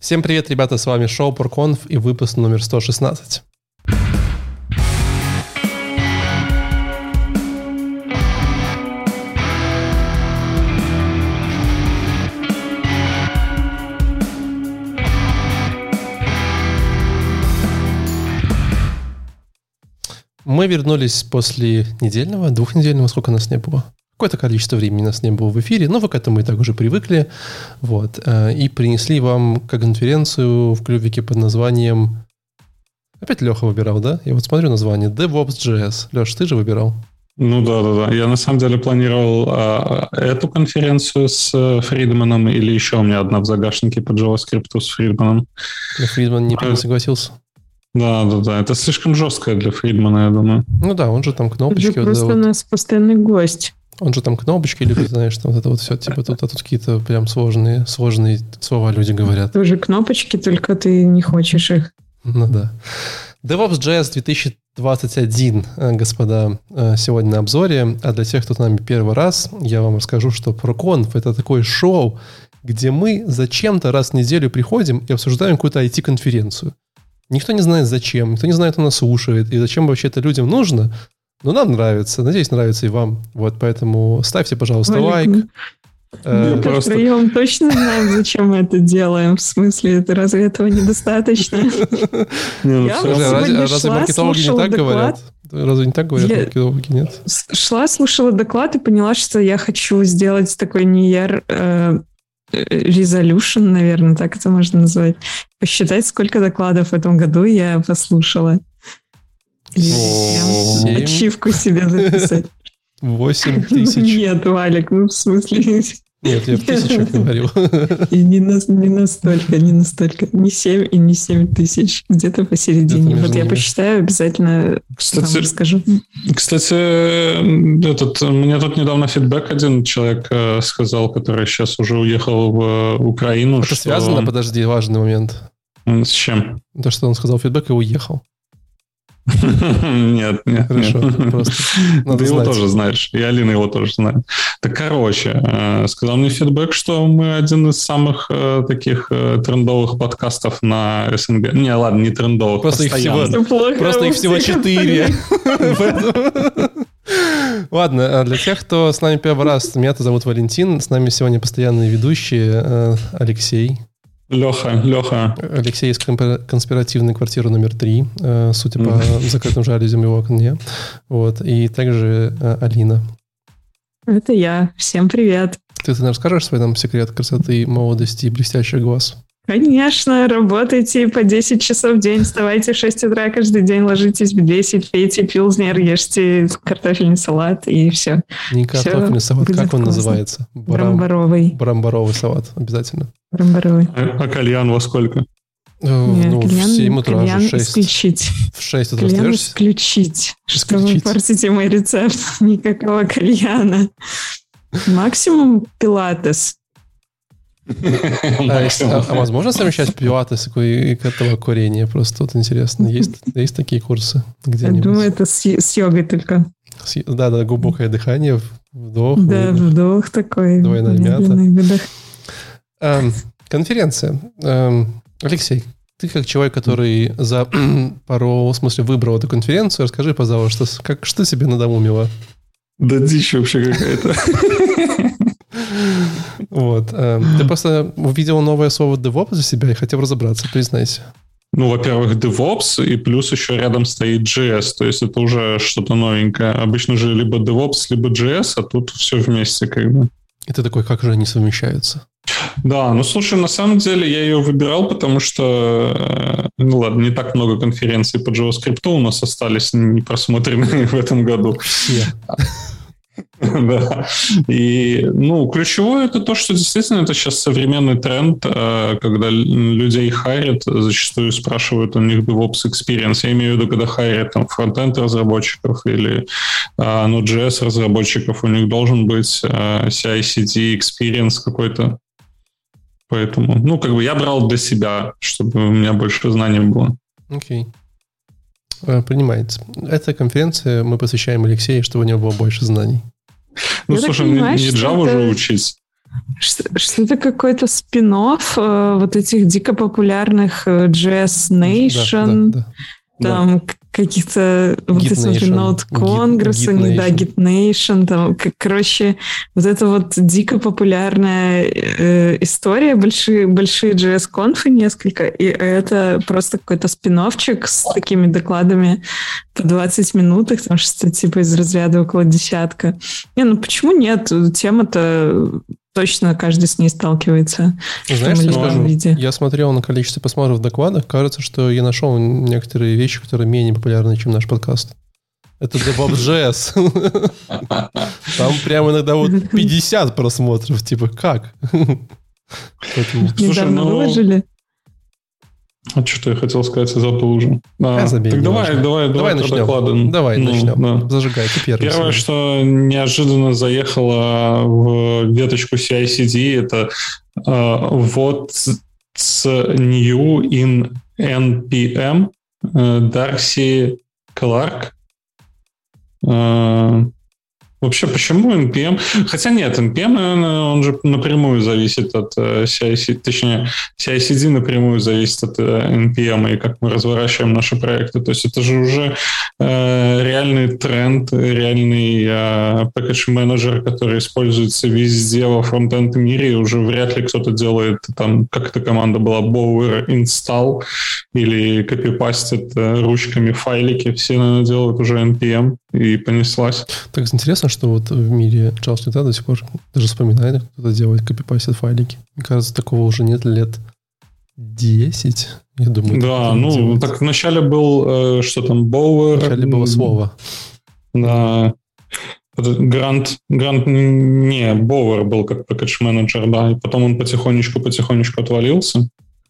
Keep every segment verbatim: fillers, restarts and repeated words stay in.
Всем привет, ребята, с вами шоу ProConf и выпуск номер сто шестнадцать. Мы вернулись после недельного, двухнедельного, сколько нас не было? Какое-то количество времени нас не было в эфире, но вы к этому и так уже привыкли. Вот, и принесли вам конференцию в клювике под названием... Опять Леха выбирал, да? Я вот смотрю название. DevOps.js. Леш, ты же выбирал? Ну да, да, да. Я на самом деле планировал а, эту конференцию с Фридманом или еще у меня одна в загашнике по JavaScript с Фридманом. Но Фридман не а... согласился. Да, да, да. Это слишком жесткое для Фридмана, я думаю. Ну да, он же там кнопочки... Это просто вот, у нас постоянный гость. Он же там кнопочки любит, знаешь, там вот это вот все, типа тут, а тут какие-то прям сложные, сложные слова люди говорят. Тоже кнопочки, только ты не хочешь их. Ну да. DevOps.js две тысячи двадцать один, господа, сегодня на обзоре. А для тех, кто с нами первый раз, я вам расскажу, что ProConf — это такое шоу, где мы зачем-то раз в неделю приходим и обсуждаем какую-то ай ти-конференцию. Никто не знает зачем, никто не знает, кто нас слушает, и зачем вообще это людям нужно. Но нам нравится, надеюсь, нравится и вам. Вот, поэтому ставьте, пожалуйста, Валик, лайк. Мы э, просто... втроем точно знаем, зачем мы это делаем. В смысле, это разве этого недостаточно? Я разве маркетологи не так говорят? Разве не так говорят маркетологи, нет? Шла, слушала доклад и поняла, что я хочу сделать такой New Year Resolution, наверное, так это можно назвать. Посчитать, сколько докладов в этом году я послушала. Прям ачивку себе записать. Восемь тысяч. Нет, Валик, ну в смысле... Нет, я в тысячах говорил. И не, на, не настолько, не настолько. Не семь и не семь тысяч. Где-то посередине. Вот я посчитаю, обязательно кстати, вам расскажу. Кстати, этот, мне тут недавно фидбэк один человек э, сказал, который сейчас уже уехал в Украину. Это что... связано? Подожди, важный момент. С чем? То, что он сказал фидбэк и уехал. Нет, нет. Хорошо, нет. Просто ты его тоже знаешь, и Алина его тоже знает. Так, короче, сказал мне фидбэк, что мы один из самых таких трендовых подкастов на эс эн гэ. Не, ладно, не трендовых, просто их всего, просто их всего четыре. Ладно, для тех, кто с нами первый раз, меня-то зовут Валентин, с нами сегодня постоянные ведущие Алексей. Леха, Леха. Алексей из конспиративной квартиры номер три, судя по закрытым жалюзям его окне. Вот. И также Алина. Это я. Всем привет. Ты, ты нам расскажешь свой нам секрет красоты, молодости и блестящих глаз? Конечно, работайте по десять часов в день, вставайте в шесть утра каждый день, ложитесь в десять, пейте пилзнер, ешьте картофельный салат и все. Не картофельный все салат, как он классно. называется? Барам... Брамборовый. Брамборовый салат, обязательно. Брамборовый. А, а кальян во сколько? Нет, ну, кальян, в семь утра кальян же, шесть. исключить. В шесть утра кальян встаешься? исключить. Что Исключить. вы портите мой рецепт. Никакого кальяна. Максимум пилатес. А, а, а возможно совмещать пилатес и этого курения? Просто вот интересно. Есть, есть такие курсы где-нибудь? Я думаю, это с, с йогой только. С, да, да, глубокое дыхание, вдох. Да, выдох. вдох такой. Двойная мята. Выдох. Эм, конференция. Эм, Алексей, ты как человек, который за пару, в смысле, выбрал эту конференцию, расскажи, пожалуйста, как, что тебе надоумило? Да дичь вообще какая-то. Вот. Ты просто увидел новое слово DevOps за себя и хотел разобраться, признайся. Ну, во-первых, DevOps, и плюс еще рядом стоит джей эс, то есть это уже что-то новенькое. Обычно же либо DevOps, либо джей эс, а тут все вместе как бы. И ты такой, как же они совмещаются? Да, ну слушай, на самом деле я ее выбирал, потому что, ну ладно, не так много конференций по JavaScript у нас остались непросмотренные в этом году. Все. Да. И, ну, ключевое это то, что действительно это сейчас современный тренд, когда людей хайрят, зачастую спрашивают у них DevOps experience. Я имею в виду, когда хайрят там фронтенд разработчиков или ну, джей эс разработчиков, у них должен быть си ай си ди experience какой-то. Поэтому, ну, как бы я брал для себя, чтобы у меня больше знаний было. Окей. Okay. Принимается. Эта конференция мы посвящаем Алексею, чтобы у него было больше знаний. Ну, я слушай, не, не Java это... же учить. Что, что-то какой-то спин-офф э, вот этих дико популярных э, джей эс Nation, да, да, да. там да. каких-то вот эти вот Node Congress, у них, да, Git Nation, там, как, короче, вот это вот дико популярная э, история, большие, большие джей эс-конфы несколько, и это просто какой-то спин-оффчик с такими докладами по двадцать минут, там что-то типа из разряда около десятка. Не, ну почему нет? Тема-то точно каждый с ней сталкивается. Знаешь, что я скажу? Виде. Я смотрел на количество просмотров в докладах. Кажется, что я нашел некоторые вещи, которые менее популярны, чем наш подкаст. Это DevOps.js. Там прямо иногда вот пятьдесят просмотров. Типа, как? Недавно выложили. А что-то я хотел сказать, я забыл уже. А, забей, так давай, давай, давай, давай начнем. Доклады. Давай ну, начнем. Да. Зажигай, ты первый. Первое, сегодня. Что неожиданно заехало в веточку си ай си ди, это uh, what's new in эн пи эм uh, Darcy Clark. Uh, Вообще, почему эн пи эм? Хотя нет, эн пи эм, он же напрямую зависит от си ай си ди, точнее, си ай си ди напрямую зависит от эн пи эм, и как мы разворачиваем наши проекты. То есть это же уже э, реальный тренд, реальный э, package-менеджер, который используется везде во фронтенд мире, и уже вряд ли кто-то делает, там, как эта команда была, bower install, или копипастит э, ручками файлики. Все, наверное, делают уже эн пи эм, и понеслась. Так интересно, что вот в мире JavaScript до сих пор даже вспоминает, кто-то делает копипастит файлики. Мне кажется, такого уже нет лет десять. Я думаю, да, ну, делается. Так вначале был, э, что там, Bower. Вначале было слово. Да. Грант, Грант, не, Bower был как package-менеджер, да, и потом он потихонечку-потихонечку отвалился.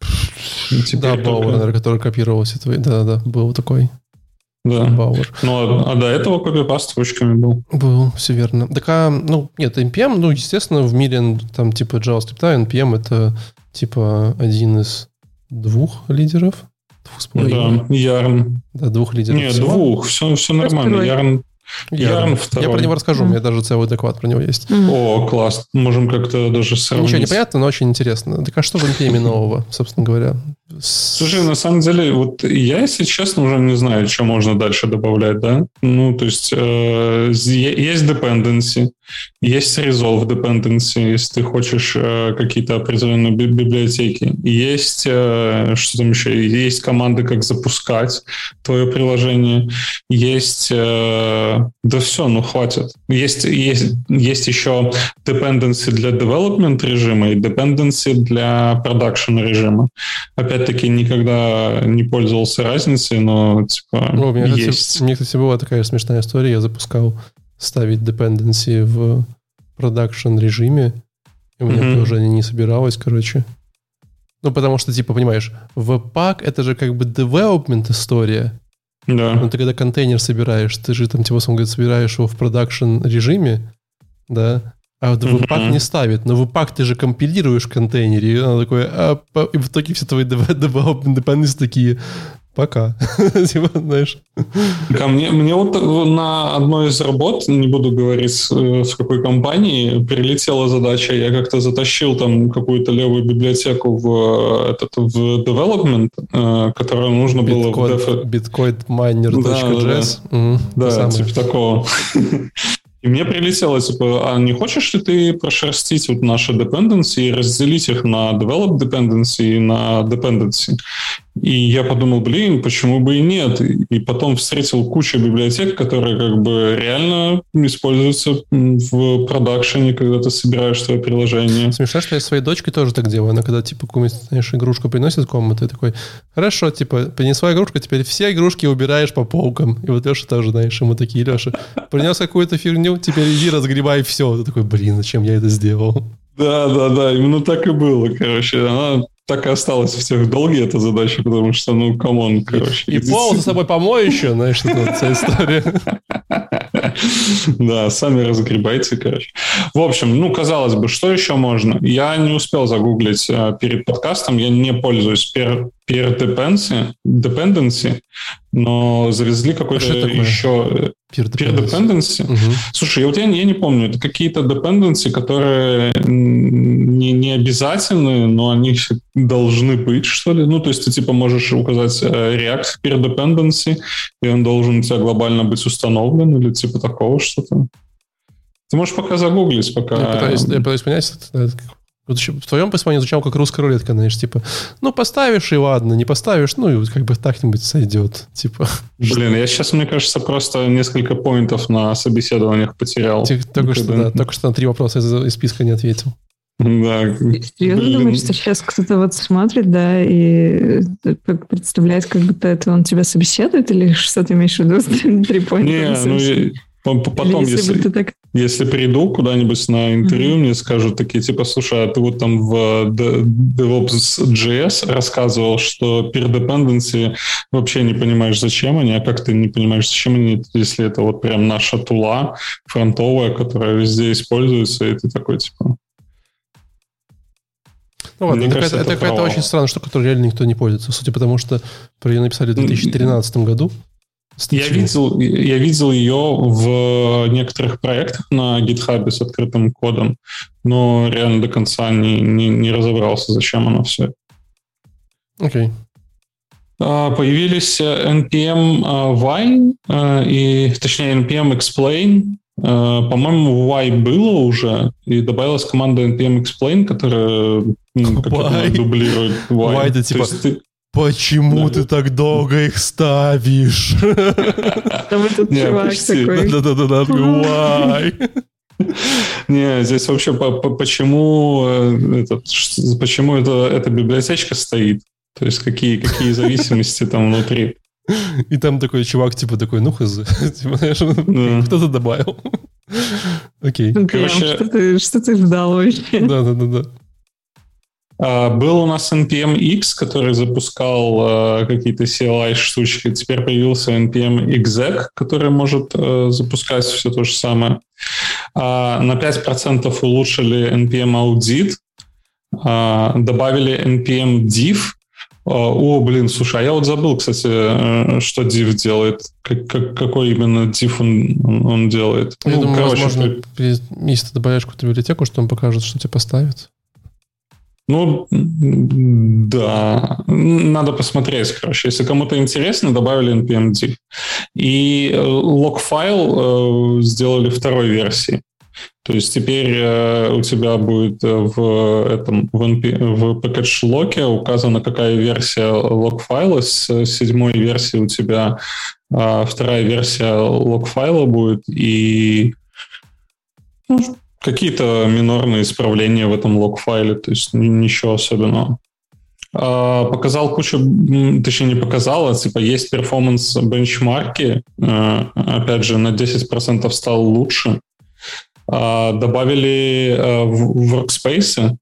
Да, Bower, наверное, который копировался. Да-да-да, был такой. Да. Бауэр. Ну, а, а до этого копипаст ручками был. Был, все верно. Так, а, ну, нет, эн пи эм, ну, естественно, в мире там типа JavaScript, эн пи эм это типа один из двух лидеров. Двух с половиной. Да, Ярн. Да, двух лидеров. Нет, всего. двух, все, все нормально. Ярн. Ярн Я про него расскажу, mm. у меня даже целый доклад про него есть. Mm. О, класс. Можем как-то даже сравнить. Ничего не понятно, но очень интересно. Так а что в эн пи эм нового, собственно говоря? Слушай, на самом деле, вот я, если честно, уже не знаю, что можно дальше добавлять, да? Ну, то есть, э, есть dependency, есть resolve dependency, если ты хочешь э, какие-то определенные би- библиотеки. Есть, э, что там еще? Есть команды, как запускать твое приложение. Есть... Э, да все, ну хватит. Есть, есть, есть еще dependency для development режима и dependency для production режима. Опять-таки, никогда не пользовался разницей, но типа О, у меня, есть. Кстати, у меня, кстати, была такая смешная история. Я запускал ставить dependency в production режиме, и у меня mm-hmm. тоже не собиралось, короче. Ну, потому что, типа, понимаешь, Webpack — это же как бы development история. Да. Но ты когда контейнер собираешь, ты же там, типа, он говорит, собираешь его в продакшн режиме, да, а вот Webpack uh-huh. не ставит. Но Webpack ты же компилируешь в контейнере, и она такое, а, и в итоге все твои development dependencies такие, пока. Типа, знаешь. А мне, мне вот на одной из работ, не буду говорить в какой компании, прилетела задача, я как-то затащил там какую-то левую библиотеку в, этот, в development, которую нужно было Bitcoin, в... bitcoinminer.js. Да, да, да. да типа такого. И мне прилетело, типа, а не хочешь ли ты прошерстить вот наши dependency и разделить их на develop dependency и на dependency? И я подумал, блин, почему бы и нет? И потом встретил кучу библиотек, которые как бы реально используются в продакшене, когда ты собираешь свое приложение. Смешно, что я своей дочкой тоже так делаю. Она когда, типа, какую-нибудь, знаешь, игрушку приносит в комнату, и такой, хорошо, типа, принесла игрушку, теперь все игрушки убираешь по полкам. И вот Леша тоже, знаешь, ему такие, Леша, принес какую-то фигню, теперь иди разгребай все. Ты такой, блин, зачем я это сделал? Да, да, да, именно так и было, короче. Она так и осталась в тех долге, эта задача, потому что, ну, камон, короче. И, и пол за собой помой еще, знаешь, это вот вся история. Да, сами разгребайте, короче. В общем, ну, казалось бы, что еще можно? Я не успел загуглить перед подкастом, я не пользуюсь peer dependency, dependency, но завезли какой-то а еще... Peer dependency? Угу. Слушай, вот я, я не помню, это какие-то dependency, которые не, не обязательны, но они должны быть, что ли? Ну, то есть ты типа можешь указать React peer dependency, и он должен у тебя глобально быть установлен, или типа такого что-то. Ты можешь пока загуглить, пока... Я пытаюсь, я пытаюсь понять, в твоем понимании звучало как русская рулетка, знаешь, типа, ну, поставишь и ладно, не поставишь, ну, и как бы так-нибудь сойдет, типа. Блин, я сейчас, мне кажется, просто несколько поинтов на собеседованиях потерял. Только что, да, только что на три вопроса из, из списка не ответил. Да. Я думаю, что сейчас кто-то вот смотрит, да, и представляет, как будто это он тебя собеседует, или что ты имеешь в виду? Три поинта. Не, ну, потом, если, если, если, так... если приду куда-нибудь на интервью, mm-hmm. мне скажут такие, типа, слушай, а ты вот там в DevOps.js рассказывал, что peer dependency вообще не понимаешь, зачем они, а как ты не понимаешь, зачем они, если это вот прям наша тула фронтовая, которая везде используется, и ты такой, типа... Ну ладно, это, кажется, это, это какая-то очень странная штука, которой реально никто не пользуется, судя потому что про ее написали в две тысячи тринадцатом году. Я видел, я видел ее в некоторых проектах на GitHub с открытым кодом, но реально до конца не, не, не разобрался, зачем оно все. Окей. Okay. Появились эн пи эм why, и, точнее эн пи эм explain. По-моему, why было уже, и добавилась команда эн пи эм explain, которая ну, как дублирует why. Why это типа... Почему да. ты так долго их ставишь? Там этот чувак такой. Да-да-да, why? Не, здесь вообще почему этот, почему это, эта библиотечка стоит? То есть какие, какие зависимости там внутри? И там такой чувак, типа такой, ну хз, типа, знаешь, да. кто-то добавил. Окей. Ну, короче, что ты, что ты ждал вообще? Да-да-да. Uh, был у нас эн пи эм X, который запускал uh, какие-то си эл ай-штучки. Теперь появился эн пи эм exec, который может uh, запускать все то же самое. Uh, на пять процентов улучшили эн пи эм audit, uh, добавили эн пи эм div. Uh, о, блин, слушай, а я вот забыл, кстати, что div делает. Как, как, какой именно div он, он делает. Я ну, думаю, короче, возможно, ты... если ты добавишь какую-то библиотеку, что он покажет, что тебе поставит. Ну, да, надо посмотреть, короче. Если кому-то интересно, добавили эн пи эм div. И лог-файл э, сделали второй версии. То есть теперь э, у тебя будет в этом в, эн пи, в package-локе указана, какая версия лог-файла. С седьмой версии у тебя э, вторая версия лог-файла будет. И... Ну, какие-то минорные исправления в этом лог-файле, то есть ничего особенного. Показал кучу, точнее не показал, а типа есть перформанс-бенчмарки, опять же, на десять процентов стал лучше. Добавили workspace.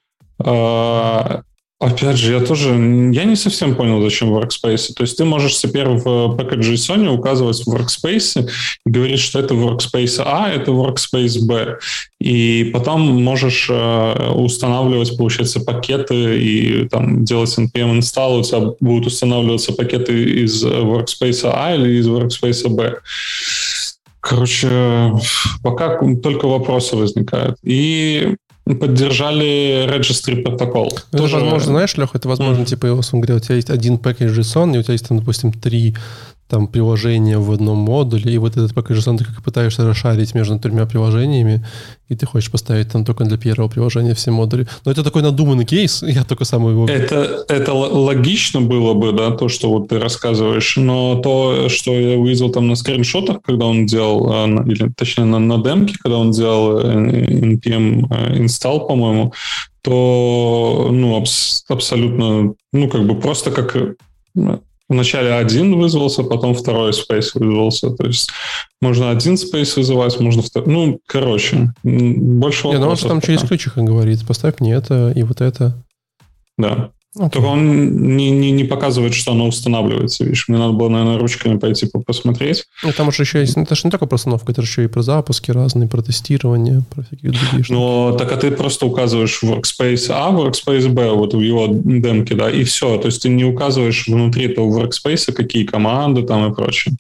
Опять же, я тоже я не совсем понял, зачем workspace. То есть ты можешь теперь в package.json указывать в workspace и говорить, что это workspace А, это workspace Б. И потом можешь э, устанавливать, получается, пакеты и там делать эн пи эм install, у тебя будут устанавливаться пакеты из workspace А или из workspace Б. Короче, пока только вопросы возникают. И поддержали registry протокол. Это тоже... возможно, знаешь, Леха, это возможно, mm-hmm. типа, если говоря, у тебя есть один package JSON, и у тебя есть там, допустим, три там приложения в одном модуле, и вот этот package JSON ты как пытаешься расшарить между тремя приложениями, и ты хочешь поставить там только для первого приложения все модули. Но это такой надуманный кейс, я только сам его... Это, это логично было бы, да, то, что вот ты рассказываешь, но то, что я увидел там на скриншотах, когда он делал, или точнее на, на демке, когда он делал эн пи эм install, по-моему, то, ну, абс- абсолютно, ну, как бы просто как... Вначале один вызвался, потом второй space вызвался. То есть можно один space вызывать, можно второй. Ну, короче, больше вопросов. Не, ну он же там через ключик говорит, поставь мне это и вот это. Да. Okay. Только он не, не, не показывает, что оно устанавливается. Видишь, мне надо было, наверное, ручками пойти посмотреть. Ну, там уже еще есть... Это же не только про установку, это же еще и про запуски разные, про тестирование, про всякие другие штуки. Ну, так а ты просто указываешь workspace А, workspace Б, вот в его демке, да, и все. То есть ты не указываешь внутри этого workspace, какие команды там и прочее.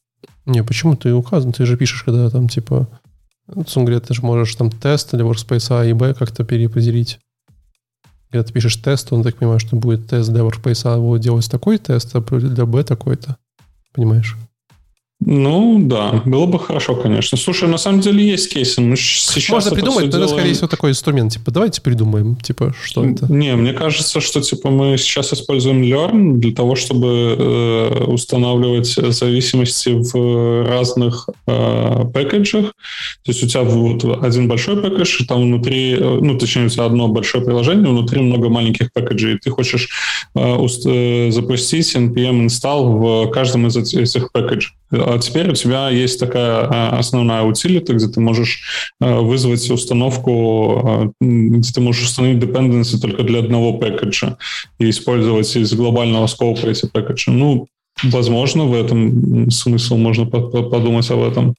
Не, почему ты указан? Ты же пишешь, когда там, типа... Он говорит, ты же можешь там тест для workspace А и Б как-то переопределить. Когда ты пишешь тест, он так понимает, что будет тест для workspace А, будет делать такой тест, а для Б такой-то. Понимаешь? Ну, да, было бы хорошо, конечно. Слушай, на самом деле есть кейсы. Мы сейчас Можно придумать, но это, делаем... скорее всего, такой инструмент. Типа, давайте придумаем, типа, что это. Не, мне кажется, что, типа, мы сейчас используем Learn для того, чтобы э, устанавливать зависимости в разных э, пэкэджах. То есть у тебя вот один большой пэкэдж, и там внутри, ну, точнее, у тебя одно большое приложение, внутри много маленьких пэкэджей, и ты хочешь э, уст, э, запустить эн пи эм install в каждом из этих пэкэджей. А теперь у тебя есть такая основная утилита, где ты можешь вызвать установку, где ты можешь установить dependency только для одного пэкэджа и использовать из глобального скопа эти пэкэджи. Ну, возможно, в этом смысл, можно подумать об этом.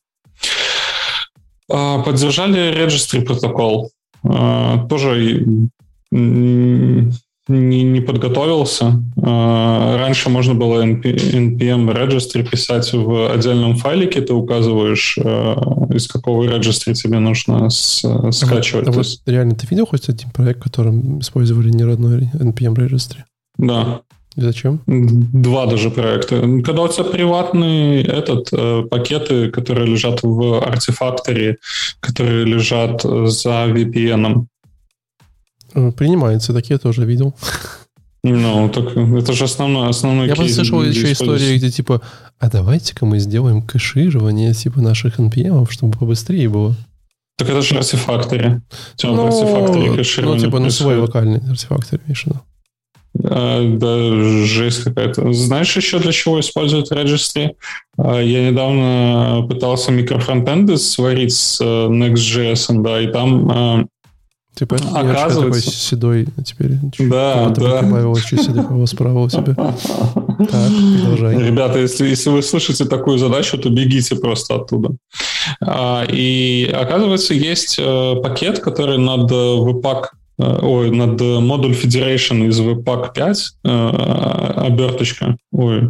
Поддержали registry протокол. Тоже Не, не подготовился. Раньше можно было эн пи эм registry писать в отдельном файлике, ты указываешь, из какого registry тебе нужно с, скачивать. А вот, а вот реально ты видел хоть один проект, в котором использовали не родной эн пи эм registry? Да. И зачем? Два даже проекта. Когда у тебя приватный этот, пакеты, которые лежат в Artifactory, которые лежат за ви пи эн. Принимается, такие тоже видел. Ну, так это же основной, основной Я кейс. просто слышал еще истории, где типа, а давайте-ка мы сделаем кэширование типа наших эн пи эм, чтобы побыстрее было. Так это же Artifactory. Ну, Artifactory кэширование. Ну, типа на свой локальный Artifactory, видишь, да. А, да, жесть какая-то. Знаешь еще для чего используют registry? Я недавно пытался микрофронтенды сварить с Next.js, да, и там... Типа, оказывается... такой седой теперь. Да, да. Прибавил еще седого справа у себя. Так, продолжай. Ребята, если, если вы слышите такую задачу, то бегите просто оттуда. И оказывается, есть пакет, который над Webpack, ой, над модуль Federation из Webpack пять, оберточка. Ой,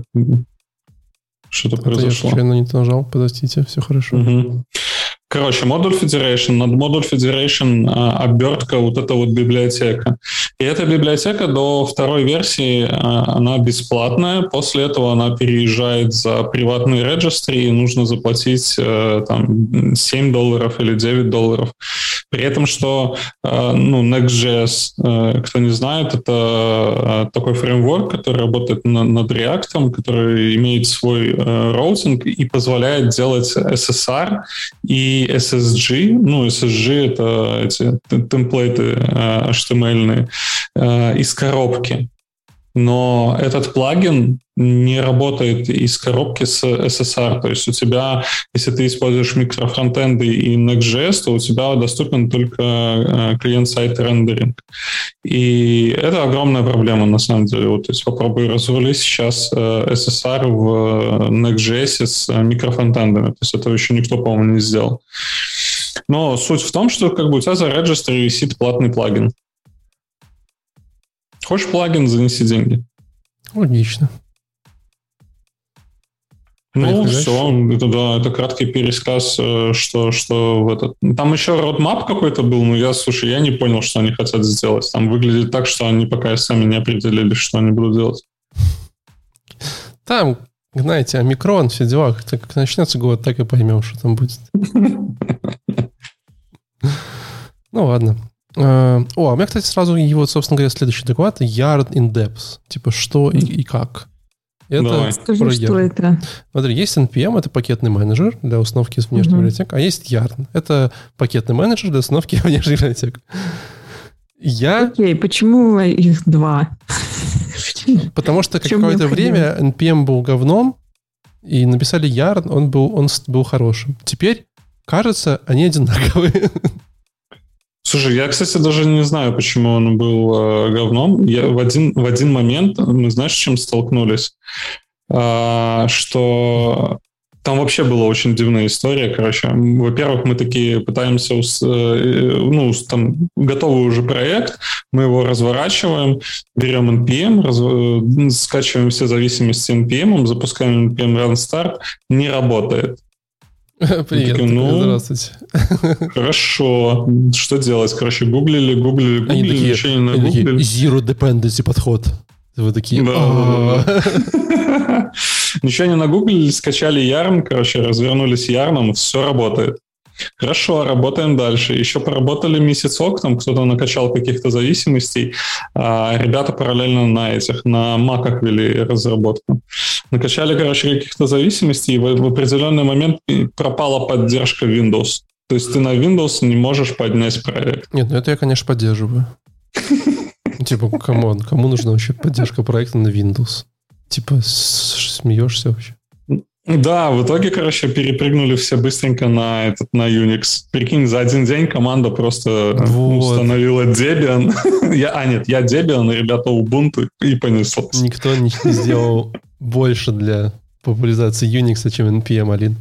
что-то произошло. Я случайно не нажал, подождите, все хорошо. Угу. Короче, модуль Federation, над модуль Federation а, обертка вот эта вот библиотека. И эта библиотека до второй версии, а, она бесплатная. После этого она переезжает за приватный registry, и нужно заплатить а, там семь долларов или девять долларов. При этом, что а, ну, Next.js, а, кто не знает, это а, такой фреймворк, который работает на, над React, который имеет свой а, роутинг и позволяет делать эс эс ар и эс эс джи, ну, эс эс джи — это эти темплейты эйч ти эм эль-ные, из коробки. Но этот плагин не работает из коробки с эс эс ар. То есть у тебя, если ты используешь микрофронтенды и Next.js, то у тебя доступен только клиент-сайт рендеринг. И это огромная проблема, на самом деле. Вот, то есть попробуй разрулить сейчас эс эс ар в Next.js с микрофронтендами. То есть этого еще никто, по-моему, не сделал. Но суть в том, что как бы у тебя за registry висит платный плагин. Хочешь плагин, занеси деньги. Логично. Ну, Поехали все. Это, да, это краткий пересказ, что, что в этот... Там еще roadmap какой-то был, но я, слушай, я не понял, что они хотят сделать. Там выглядит так, что они пока сами не определили, что они будут делать. Там, знаете, омикрон, все дела. Как начнется год, так и поймем, что там будет. Ну, ладно. О, а у меня, кстати, сразу его, собственно говоря, следующий доклад Yarn in Depth. Типа, что и, и как. Это Скажи, что это? Смотри, есть эн пи эм, это пакетный менеджер для установки из внешних uh-huh. библиотек, а есть Yarn. Это пакетный менеджер для установки внешних библиотек. Я... Окей, почему их два? Потому что какое-то время эн пи эм был говном, и написали Yarn, он был, он был хорошим. Теперь, кажется, они одинаковые. Слушай, я, кстати, даже не знаю, почему он был э, говном. Я в один, в один момент, мы знаешь, с чем столкнулись? А, что Там вообще была очень дивная история, короче. Во-первых, мы такие пытаемся, ну, там готовый уже проект, мы его разворачиваем, берем эн пи эм, раз, скачиваем все зависимости эн пи эм, запускаем эн пи эм Run Start, не работает. Привет, такие, ну, здравствуйте. Хорошо, что делать? Короче, гуглили, гуглили, гуглили, они такие, ничего не нагуглили. Zero dependency подход. Вы такие... Ничего не нагуглили, скачали Yarn, короче, развернулись Yarn, все работает. Хорошо, работаем дальше. Еще поработали месяцок, там кто-то накачал каких-то зависимостей, а ребята параллельно на этих, на маках вели разработку. Накачали, короче, каких-то зависимостей, и в, в определенный момент пропала поддержка Windows. То есть ты на Windows не можешь поднять проект. Нет, ну это я, конечно, поддерживаю. Типа, камон, кому нужна вообще поддержка проекта на Windows? Типа, смеешься вообще? Да, в итоге, короче, перепрыгнули все быстренько на этот, на Unix. Прикинь, за один день команда просто вот. установила Debian. я, а, нет, я Debian, и ребята Ubuntu, и понеслось. Никто не сделал больше для популяризации Unix, чем эн пи эм, Алин.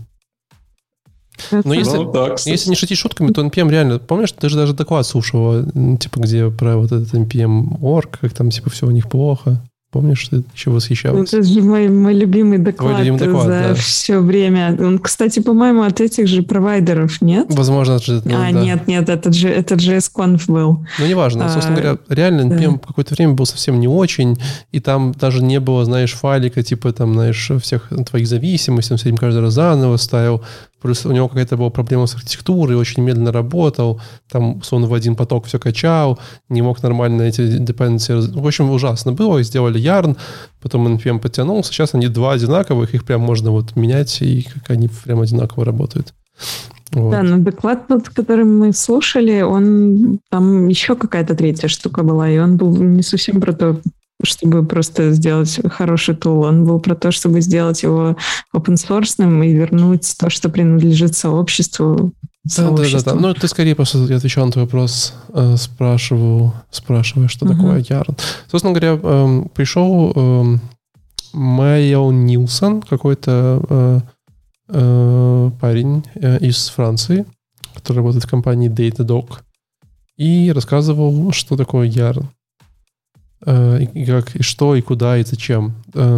Но если, ну, да, если не шутить шутками, то эн пи эм реально... Помнишь, ты же даже доклад слушал, типа, где про вот этот эн пи эм орг, как там, типа, все у них плохо. Помнишь, ты еще восхищалась? Это же мой, мой любимый доклад, любимый доклад за да. все время. Он, кстати, по-моему, от этих же провайдеров, нет? Возможно, это же... Ну, а, да. нет, нет, это, же, это джей эс конф был. Ну, неважно. А, собственно говоря, реально эн пи эм да. какое-то время был совсем не очень, и там даже не было, знаешь, файлика, типа, там, знаешь, всех твоих зависимостей, он с этим каждый раз заново ставил. Плюс у него какая-то была проблема с архитектурой, очень медленно работал, там он в один поток все качал, не мог нормально эти dependency... В общем, ужасно было, и сделали Yarn, потом эн пи эм подтянулся, сейчас они два одинаковых, их прям можно вот менять, и как они прям одинаково работают. Вот. Да, но доклад, который мы слушали, он там еще какая-то третья штука была, и он был не совсем про то, чтобы просто сделать хороший тул. Он был про то, чтобы сделать его open-source и вернуть то, что принадлежит сообществу. Да, да, да, да. Ну, ты скорее просто отвечал на твой вопрос, э, спрашивал, спрашивая, что uh-huh. такое Yarn. Собственно говоря, э, пришел э, Мэйл Нилсон, какой-то э, э, парень э, из Франции, который работает в компании Datadog, и рассказывал, что такое Yarn. И как, и что, и куда, и зачем.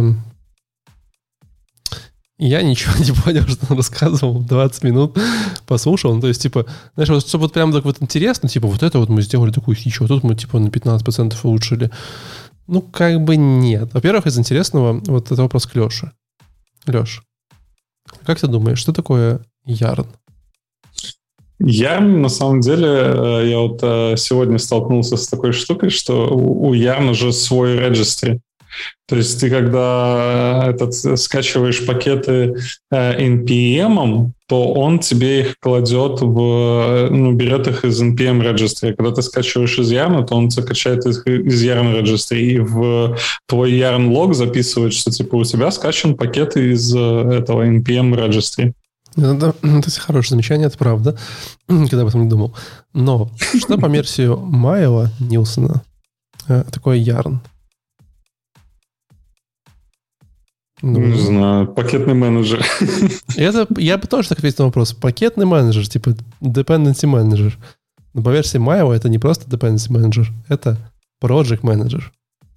Я ничего не понял, что он рассказывал. двадцать минут послушал. Ну, то есть, типа, знаешь, вот, чтобы вот прям так вот интересно, типа, вот это вот мы сделали такую фичу, а тут мы, типа, на пятнадцать процентов улучшили. Ну, как бы нет. Во-первых, из интересного, вот это вопрос к Леше. Леш, как ты думаешь, что такое Yarn? Yarn, на самом деле, я вот сегодня столкнулся с такой штукой, что у Yarn уже свой registry. То есть ты, когда этот, скачиваешь пакеты эн пи эм, то он тебе их кладет в... Ну, берет их из эн пи эм registry. Когда ты скачиваешь из Yarn, то он тебя качает их из Yarn registry. И в твой Yarn log записывает, что типа у тебя скачан пакет из этого эн пи эм registry. Это, это хорошее замечание, это правда, когда об этом не думал. Но что по версии Майла Нилсона такое Yarn? Ну, не знаю, пакетный менеджер. Это, я бы тоже так ответил на вопрос. Пакетный менеджер, типа dependency менеджер. Но по версии Майла это не просто dependency менеджер, это project менеджер.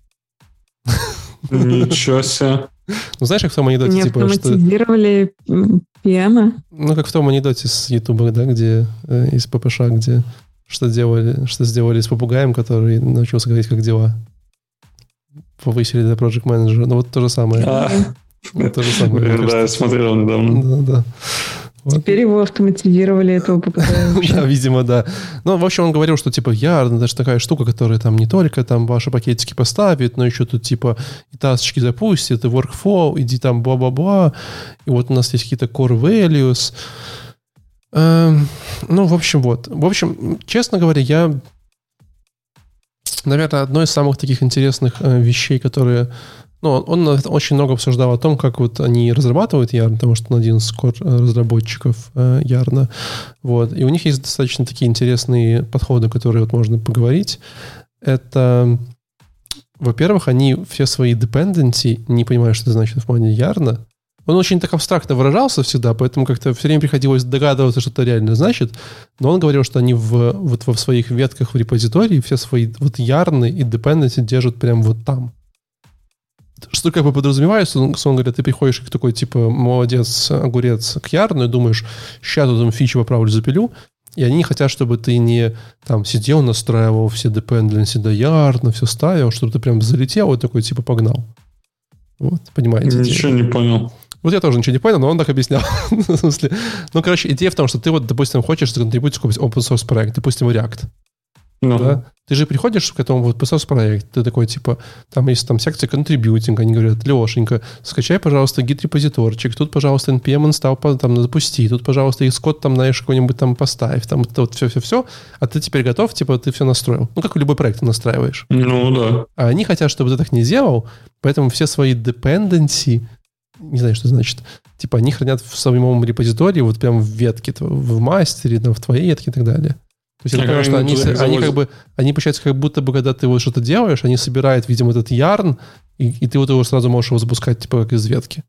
Ничего себе. Ну, знаешь, как в том анекдоте, не типа, что... автоматизировали пи эм? Ну, как в том анекдоте с Ютуба, да, где э, из ППШ, где что делали, что сделали с попугаем, который научился говорить, как дела. Повысили до project менеджера. Ну, вот то же самое. А, вот то же самое. Да, я смотрел недавно. Да, да. Вот. Теперь его автоматизировали, этого попугая. Да, видимо, да. Ну, в общем, он говорил, что, типа, Yarn, это же такая штука, которая там не только там ваши пакетики поставит, но еще тут, типа, и тасочки запустит, и workflow, иди там бла-бла-бла. И вот у нас есть какие-то core values. Эм, ну, в общем, вот. В общем, честно говоря, я... Наверное, одно из самых таких интересных э, вещей, которые... Ну, он очень много обсуждал о том, как вот они разрабатывают Yarn, потому что он один из разработчиков э, Yarn. Вот. И у них есть достаточно такие интересные подходы, которые вот можно поговорить. Это, во-первых, они все свои dependency, не понимая, что это значит в плане Yarn, Он очень так абстрактно выражался всегда, поэтому как-то все время приходилось догадываться, что это реально значит. Но он говорил, что они в, вот в своих ветках в репозитории все свои вот ярны и dependency держат прямо вот там. Что как бы подразумевается, он, он говорит, ты приходишь к такой, типа, молодец, огурец к ярну и думаешь, сейчас тут фичу поправлю, запилю. И они не хотят, чтобы ты не там сидел, настраивал все dependency до ярна, все ставил, чтобы ты прям залетел и такой, типа, погнал. Вот, понимаете? Ничего не понял. Вот я тоже ничего не понял, но он так объяснял. В смысле, ну, короче, идея в том, что ты вот, допустим, хочешь законтрибутить какой-нибудь open source проект, допустим, React. Ну. Да? Ты же приходишь к этому вот open source проект, ты такой, типа, там есть там секция контрибьютинг, они говорят, Лешенька, скачай, пожалуйста, гид-репозиторчик, тут, пожалуйста, эн пи эм install, там, запусти, тут, пожалуйста, Xcode, там, знаешь, какой-нибудь там поставь, там, вот все-все-все, а ты теперь готов, типа, ты все настроил. Ну, как любой проект ты настраиваешь. Ну, да. А они хотят, чтобы ты так не делал, поэтому все свои dependency, не знаю, что это значит, типа, они хранят в самом репозитории, вот прям в ветке, в мастере, там, в твоей ветке и так далее. То есть я понимаю, что они, они как бы, они, получается, как будто бы, когда ты вот что-то делаешь, они собирают, видимо, этот ярн, и, и ты вот его сразу можешь его запускать, типа, как из ветки.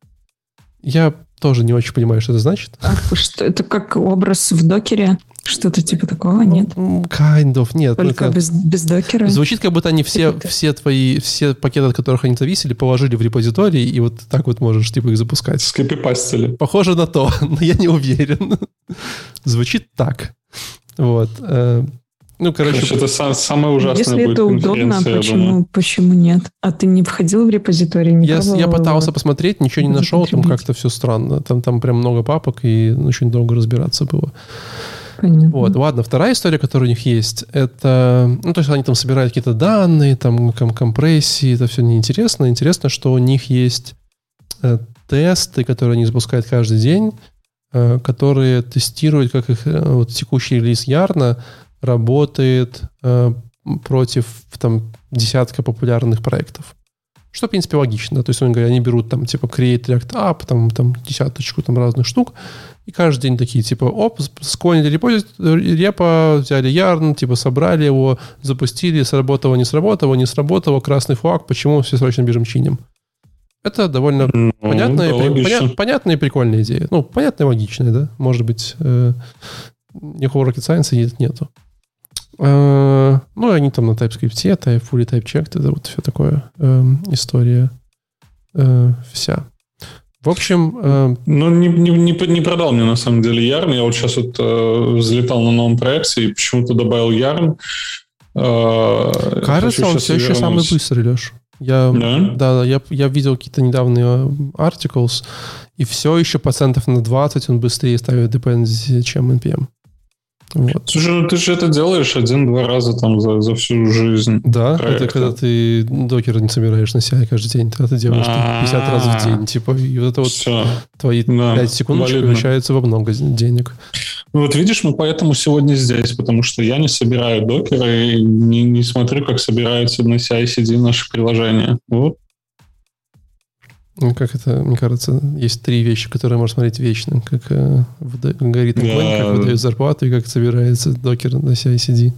Я тоже не очень понимаю, что это значит. А, что, это как образ в докере? Что-то типа такого, нет? Kind of, нет. Только это, без, без докера? Звучит, как будто они все, все твои, все пакеты, от которых они зависели, положили в репозиторий, и вот так вот можешь, типа, их запускать. Скопипастили. Похоже на то, но я не уверен. Звучит так. Вот. Ну, короче, короче это сам, самое ужасное. Если будет это удобно, почему, почему нет? А ты не входил в репозиторий? Не я, я пытался посмотреть, ничего не нашел, там как-то все странно. Там, там прям много папок, и очень долго разбираться было. Понятно. Вот, ладно, вторая история, которая у них есть, это... Ну, то есть они там собирают какие-то данные, там компрессии, это все неинтересно. Интересно, что у них есть э, тесты, которые они запускают каждый день, которые тестируют, как их вот, текущий релиз Ярна работает э, против там, десятка популярных проектов. Что, в принципе, логично. То есть, он говорит, они берут там, типа, Create React App, там, там десяточку там, разных штук, и каждый день такие, типа, оп, склонили репозит, репо, взяли Yarn, типа, собрали его, запустили, сработало, не сработало, не сработало, красный флаг, почему все срочно бежим чиним. Это довольно ну, понятная, да, при, поня, понятная и прикольная идея. Ну, понятная и логичная, да? Может быть, э, никакого rocket science нет, нету. Э, ну, они там на TypeScript, type, fully type checked, это вот все такое э, история э, вся. В общем... Э, ну, не, не, не продал мне, на самом деле, Yarn. Я вот сейчас вот э, взлетал на новом проекте и почему-то добавил Yarn. Э, Кажется, он все еще самый быстрый, Леш. Я, yeah. да, я, я видел какие-то недавние articles, и все еще процентов на двадцать он быстрее ставит dependency, чем эн пи эм. Вот. Слушай, ну ты же это делаешь один-два раза там за, за всю жизнь. Да, проекта. Это когда ты докер не собираешь на себя каждый день, тогда ты делаешь пятьдесят раз в день, типа, и вот это вот все. Твои да, пять секундочек превращаются во много денег. Ну вот видишь, мы поэтому сегодня здесь, потому что я не собираю докера и не, не смотрю, как собираются на си ай си ди наши приложения. Вот. Ну, как это, мне кажется, есть три вещи, которые можно смотреть вечно. Как э, алгоритм да. Coin, как выдает зарплату и как собирается докер на си ай си ди.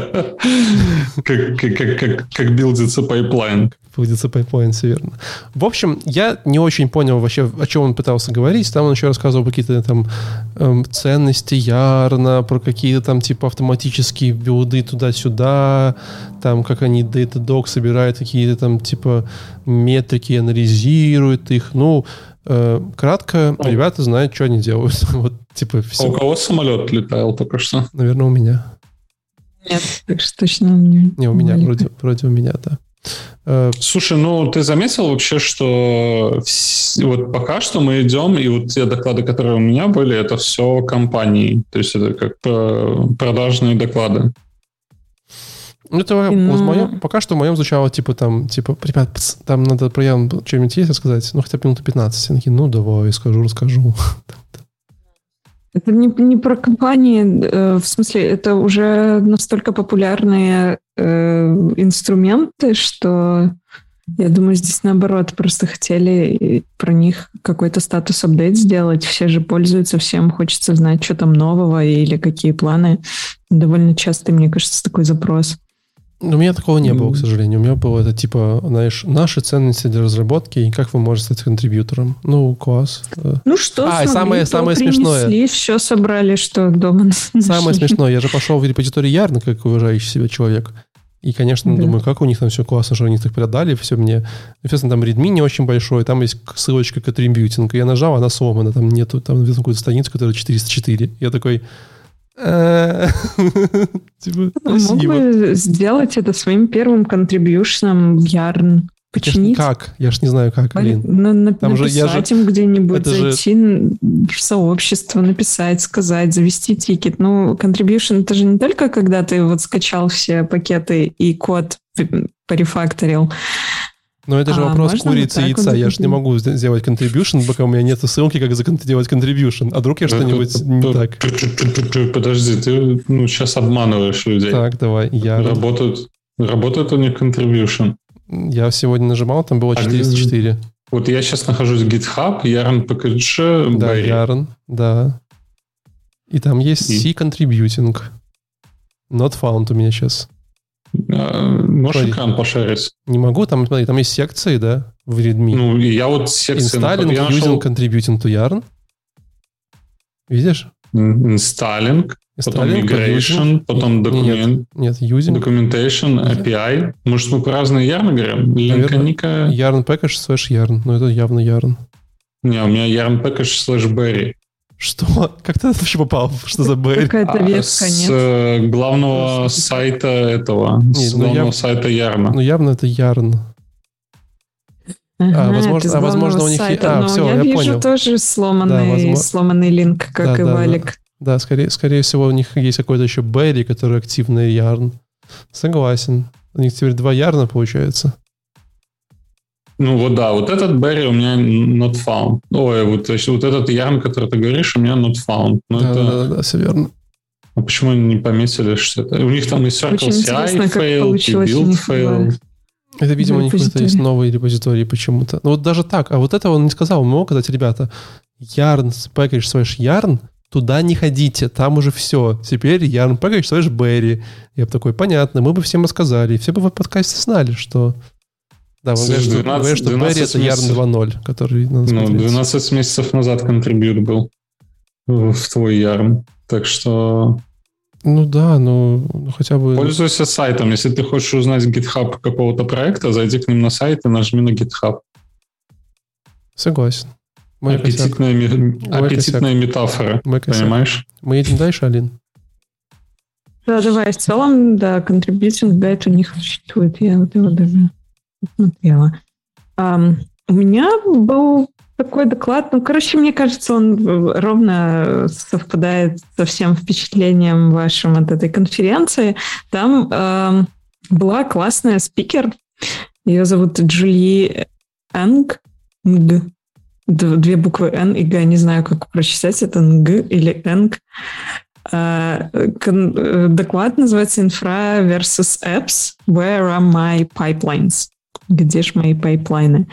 Как, как, как, как билдится пайплайн. Как билдится пайплайн, все верно. В общем, я не очень понял вообще, о чем он пытался говорить. Там он еще рассказывал про какие-то там эм, ценности Ярна, про какие-то там типа автоматические билды туда-сюда, там как они Datadog собирают какие-то там типа метрики, анализируют их. Ну, э, кратко, а. ребята знают, что они делают. Вот, типа, все. А у кого самолет летал только что? Наверное, у меня. Нет, так что точно у меня. Не, у меня, вроде, вроде у меня, да. Слушай, ну ты заметил вообще, что вс... вот пока что мы идем, и вот те доклады, которые у меня были, это все компании, то есть это как продажные доклады. Это Но... в моем, пока что в моем звучало типа там, типа, ребят, там надо про Ян что-нибудь есть рассказать, ну хотя бы минуту пятнадцать. Я такие, ну давай, скажу, расскажу. Это не, не про компании, э, в смысле, это уже настолько популярные э, инструменты, что я думаю, здесь наоборот, просто хотели про них какой-то статус-апдейт сделать. Все же пользуются, всем хочется знать, что там нового или какие планы. Довольно часто, мне кажется, такой запрос. У меня такого не было, к сожалению. У меня было это типа, знаешь, наши ценности для разработки и как вы можете стать контрибьютором. Ну, класс. Ну что, а, смогли, самое, самое смешное. Принесли, все собрали, что дома нашли. Самое смешное. Я же пошел в репозиторий Yarn, как уважающий себя человек. И, конечно, да. думаю, как у них там все классно, что они так продали, все мне. Естественно, там Redmi не очень большой, там есть ссылочка к attributing. Я нажал, она сломана, там нету, там какую-то страницу, которая четыреста четыре. Я такой... Типа, мог бы сделать это своим первым контрибьюшном в Yarn. Починить. Как? Я ж не знаю, как, блин. На, на, Там написать же, им где-нибудь, зайти же... в сообщество, написать, сказать, завести тикет. Ну, contribution это же не только когда ты вот скачал все пакеты и код порефакторил. Но это же а, вопрос курицы и яйца. Я же не могу сделать contribution, пока у меня нет ссылки, как сделать contribution. А вдруг я что-нибудь не так? Подожди, ты ну, сейчас обманываешь людей. Так, давай. Я... Работают, работает у них contribution. Я сегодня нажимал, там было четыреста четыре. Вот я сейчас нахожусь в GitHub, Yarn Package. Да, Barry. Yarn, да. И там есть и? C-Contributing. Not found у меня сейчас. А, можешь смотри. Экран пошарить? Не могу, там, смотри, там есть секции, да, в Redmi. Ну, я вот секции... Installing, я using, нашел... contributing to Yarn. Видишь? Installing. Потом migration, потом документ, нет, нет, using. documentation, эй пи ай. Может, мы по разные Yarn говорим? Наверное, Yarn package slash Yarn. Но это явно Yarn. Не, у меня Yarn package slash Berry. Что? Как ты вообще попал? Что за Berry? Какая-то ветка, с нет? главного сайта этого. Нет, с главного яв... сайта Yarn. Ну, явно это Yarn. Ага, а, возможно, а, возможно у них... Сайта. А, но все, я, я вижу понял. тоже сломанный, да, возможно... сломанный линк, как да, и да, Валик. Да. Да, скорее, скорее всего, у них есть какой-то еще Berry, который активный Yarn. Согласен. У них теперь два Yarn получается. Ну вот да, вот этот Berry у меня not found. Ой, вот, то есть, вот этот Yarn, который ты говоришь, у меня not found. Но да, это... да, да, да, все верно. А почему они не пометили, что это? У них там и Circle си ай fail, и Build fail. Это, видимо, у них какой-то есть новый репозиторий почему-то. Ну вот даже так. А вот этого он не сказал. Он мог сказать, ребята, Yarn package slash Yarn, туда не ходите, там уже все. Теперь Yarn package slash Berry. Я бы такой, понятно, мы бы всем рассказали. Все бы в подкасте знали, что... Да, мы говорим, что, говорим, что Berry это Yarn два ноль, который надо ну, двенадцать месяцев назад контрибьют был в твой Yarn. Так что... Ну да, ну, ну хотя бы... Пользуйся сайтом. Если ты хочешь узнать GitHub какого-то проекта, зайди к ним на сайт и нажми на GitHub. Согласен. Мой аппетитная ми... аппетитная метафора. Мой понимаешь? Мы едем дальше, Алин? Да, давай. В целом, да, contributing guide у них существует. Я вот его даже посмотрела. Um, у меня был такой доклад. Ну, короче, мне кажется, он ровно совпадает со всем впечатлением вашим от этой конференции. Там um, была классная спикер. Ее зовут Джули Энг. Нг. Две буквы Н и Г, не знаю, как прочитать, это Нг или Энг. Доклад называется «Infra versus Apps. Where are my pipelines?» Где ж мои пайплайны?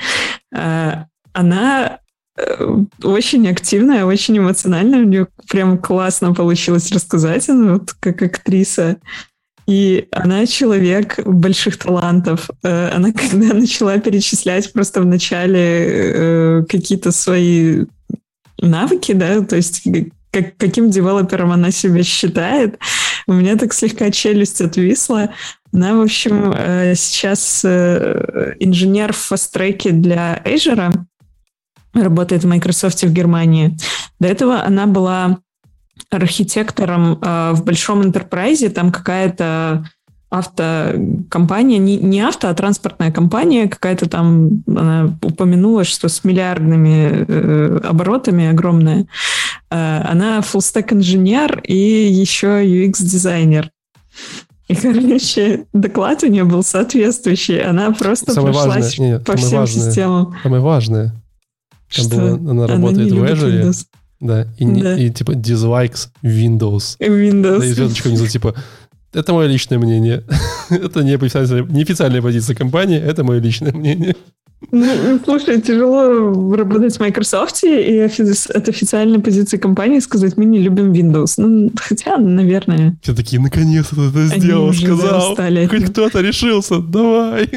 Она очень активная, очень эмоциональная, у нее прям классно получилось рассказать, она вот как актриса. И она человек больших талантов. Она когда начала перечислять просто в начале какие-то свои навыки, да, то есть как, каким девелопером она себя считает, у меня так слегка челюсть отвисла. Она, в общем, сейчас инженер в фаст-треке для Azure, работает в Microsoft в Германии. До этого она была архитектором э, в большом энтерпрайзе, там какая-то автокомпания, не, не авто, а транспортная компания, какая-то там, она упомянула, что с миллиардными э, оборотами огромная. Э, она фуллстек-инженер и еще ю экс-дизайнер. И, короче, доклад у нее был соответствующий. Она просто самое прошлась важное, нет, по всем важное, системам. Самое важное. Там было, она работает она в Azure. Windows. Да, и, да. и типа dislikes Windows. Windows. Да, и звездочка внизу, типа, это мое личное мнение. Это не официальная, не официальная позиция компании, это мое личное мнение. Ну, слушай, тяжело работать в Microsoft и от официальной позиции компании сказать, мы не любим Windows. Ну, хотя, наверное... Все такие, наконец-то ты это сделал, сказал. Хоть кто-то решился, давай.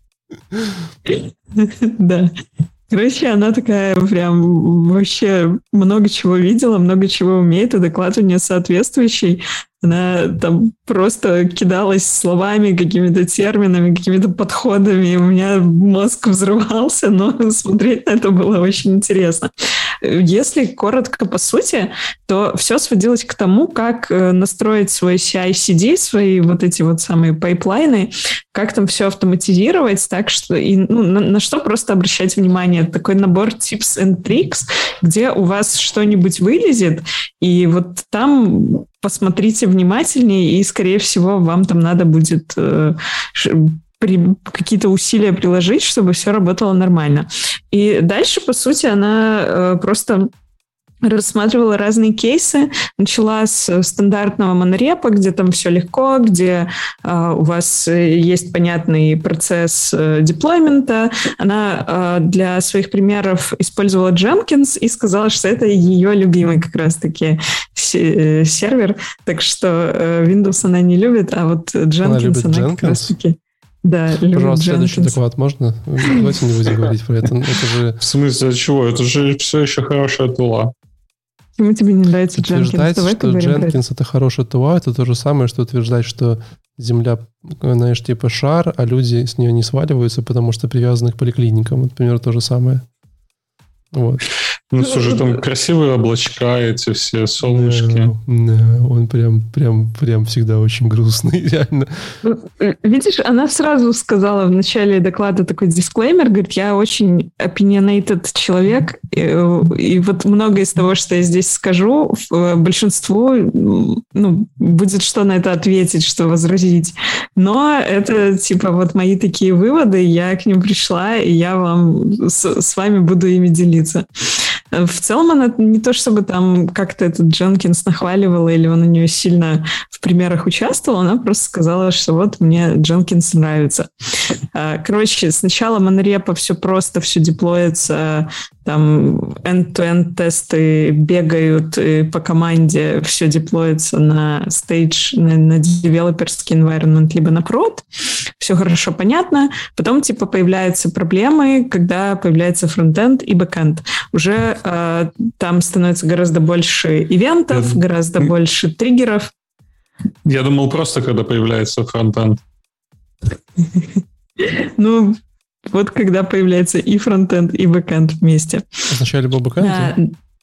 Да. Короче, она такая прям вообще много чего видела, много чего умеет, и доклад у нее соответствующий. Она там просто кидалась словами, какими-то терминами, какими-то подходами, и у меня мозг взрывался, но смотреть на это было очень интересно. Если коротко по сути, то все сводилось к тому, как настроить свой си ай си ди, свои вот эти вот самые пайплайны, как там все автоматизировать, так что и, ну, на, на что просто обращать внимание. Такой набор tips and tricks, где у вас что-нибудь вылезет, и вот там посмотрите внимательнее, и, скорее всего, вам там надо будет э, при, какие-то усилия приложить, чтобы все работало нормально. И дальше, по сути, она э, просто рассматривала разные кейсы. Начала с стандартного монорепа, где там все легко, где э, у вас есть понятный процесс э, деплоймента. Она э, для своих примеров использовала Jenkins и сказала, что это ее любимый как раз-таки с- сервер. Так что э, Windows она не любит, а вот Jenkins она, она как раз-таки... Да, пожалуйста, следующий доклад можно? Давайте не будем говорить про это. это же... В смысле, чего? Это же все еще хорошая тула. Почему тебе не нравится Jenkins? Утверждать, Давай что Jenkins это хорошая тула, это то же самое, что утверждать, что Земля, знаешь, типа шар, а люди с нее не сваливаются, потому что привязаны к поликлиникам. Например, то же самое. Вот. Ну, слушай, там красивые облачка, эти все солнышки. Да, да, он прям, прям, прям всегда очень грустный, реально. Видишь, она сразу сказала в начале доклада такой дисклеймер, говорит, я очень opinionated человек, и, и вот многое из того, что я здесь скажу, большинству ну, будет что на это ответить, что возразить. Но это, типа, вот мои такие выводы, я к ним пришла, и я вам с, с вами буду ими делиться. В целом она не то, чтобы там как-то этот Дженкинс нахваливала или он у нее сильно в примерах участвовал, она просто сказала, что вот мне Дженкинс нравится. Короче, сначала монорепа все просто, все деплоится, там end-to-end тесты бегают по команде, все деплоится на stage, на, на developerский environment, либо на prod, все хорошо понятно. Потом типа появляются проблемы, когда появляется фронтенд и бэкенд. Уже э, там становится гораздо больше ивентов, Я... гораздо больше триггеров. Я думал просто, когда появляется фронтенд. Ну, вот когда появляется и фронтенд, и бэкенд вместе. Вначале был бэкенд? А...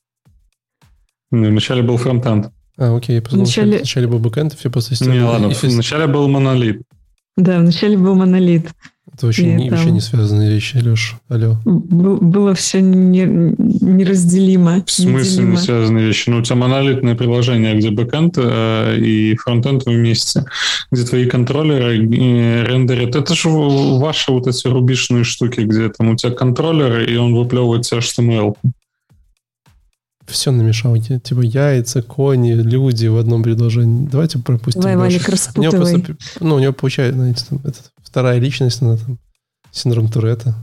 Вначале был фронтенд. А, окей, я подумал, вначале... вначале был бэкенд, и все после стены. Не, ладно, и... вначале был монолит. Да, вначале был монолит. Это вообще, не, там... вообще не связанные вещи, Леш. Алло. Был, было все не, неразделимо. В смысле не связанные вещи? Ну, у тебя монолитное приложение, где бэкэнд э, и фронтенд вместе, где твои контроллеры э, рендерят. Это же ваши вот эти рубишные штуки, где там у тебя контроллеры, и он выплевывает тебе эйч ти эм эл. Все намешал. Типа яйца, кони, люди в одном предложении. Давайте пропустим. Давай, Валик, распутывай. У него просто, ну, у него получается, знаете, там, этот, вторая личность, она там синдром Туретта.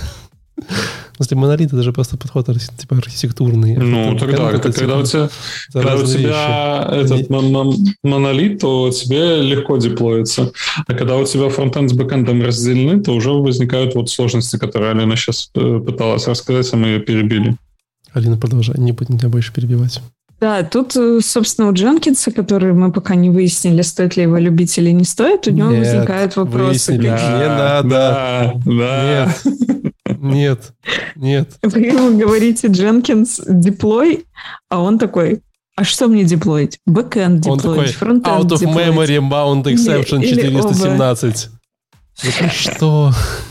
Если монолит, это же просто подход типа архитектурный. Ну, тогда, это, когда у тебя, когда у тебя этот Они... монолит, то тебе легко деплоится. А когда у тебя фронтенд с бэкэндом разделены, то уже возникают вот сложности, которые Алина сейчас пыталась рассказать, а мы ее перебили. Алина, продолжай, не будем тебя больше перебивать. Да, тут, собственно, у Дженкинса, который мы пока не выяснили, стоит ли его любить или не стоит, у него Нет, возникают вопросы. Выяснили. Да, не надо. Да, да. Нет, нет, нет. Вы ему говорите Jenkins деплой, а он такой, а что мне деплоить? Бэкэнд деплоить, фронтенд out of деплоить. memory bound exception или, четыреста семнадцать. Это что?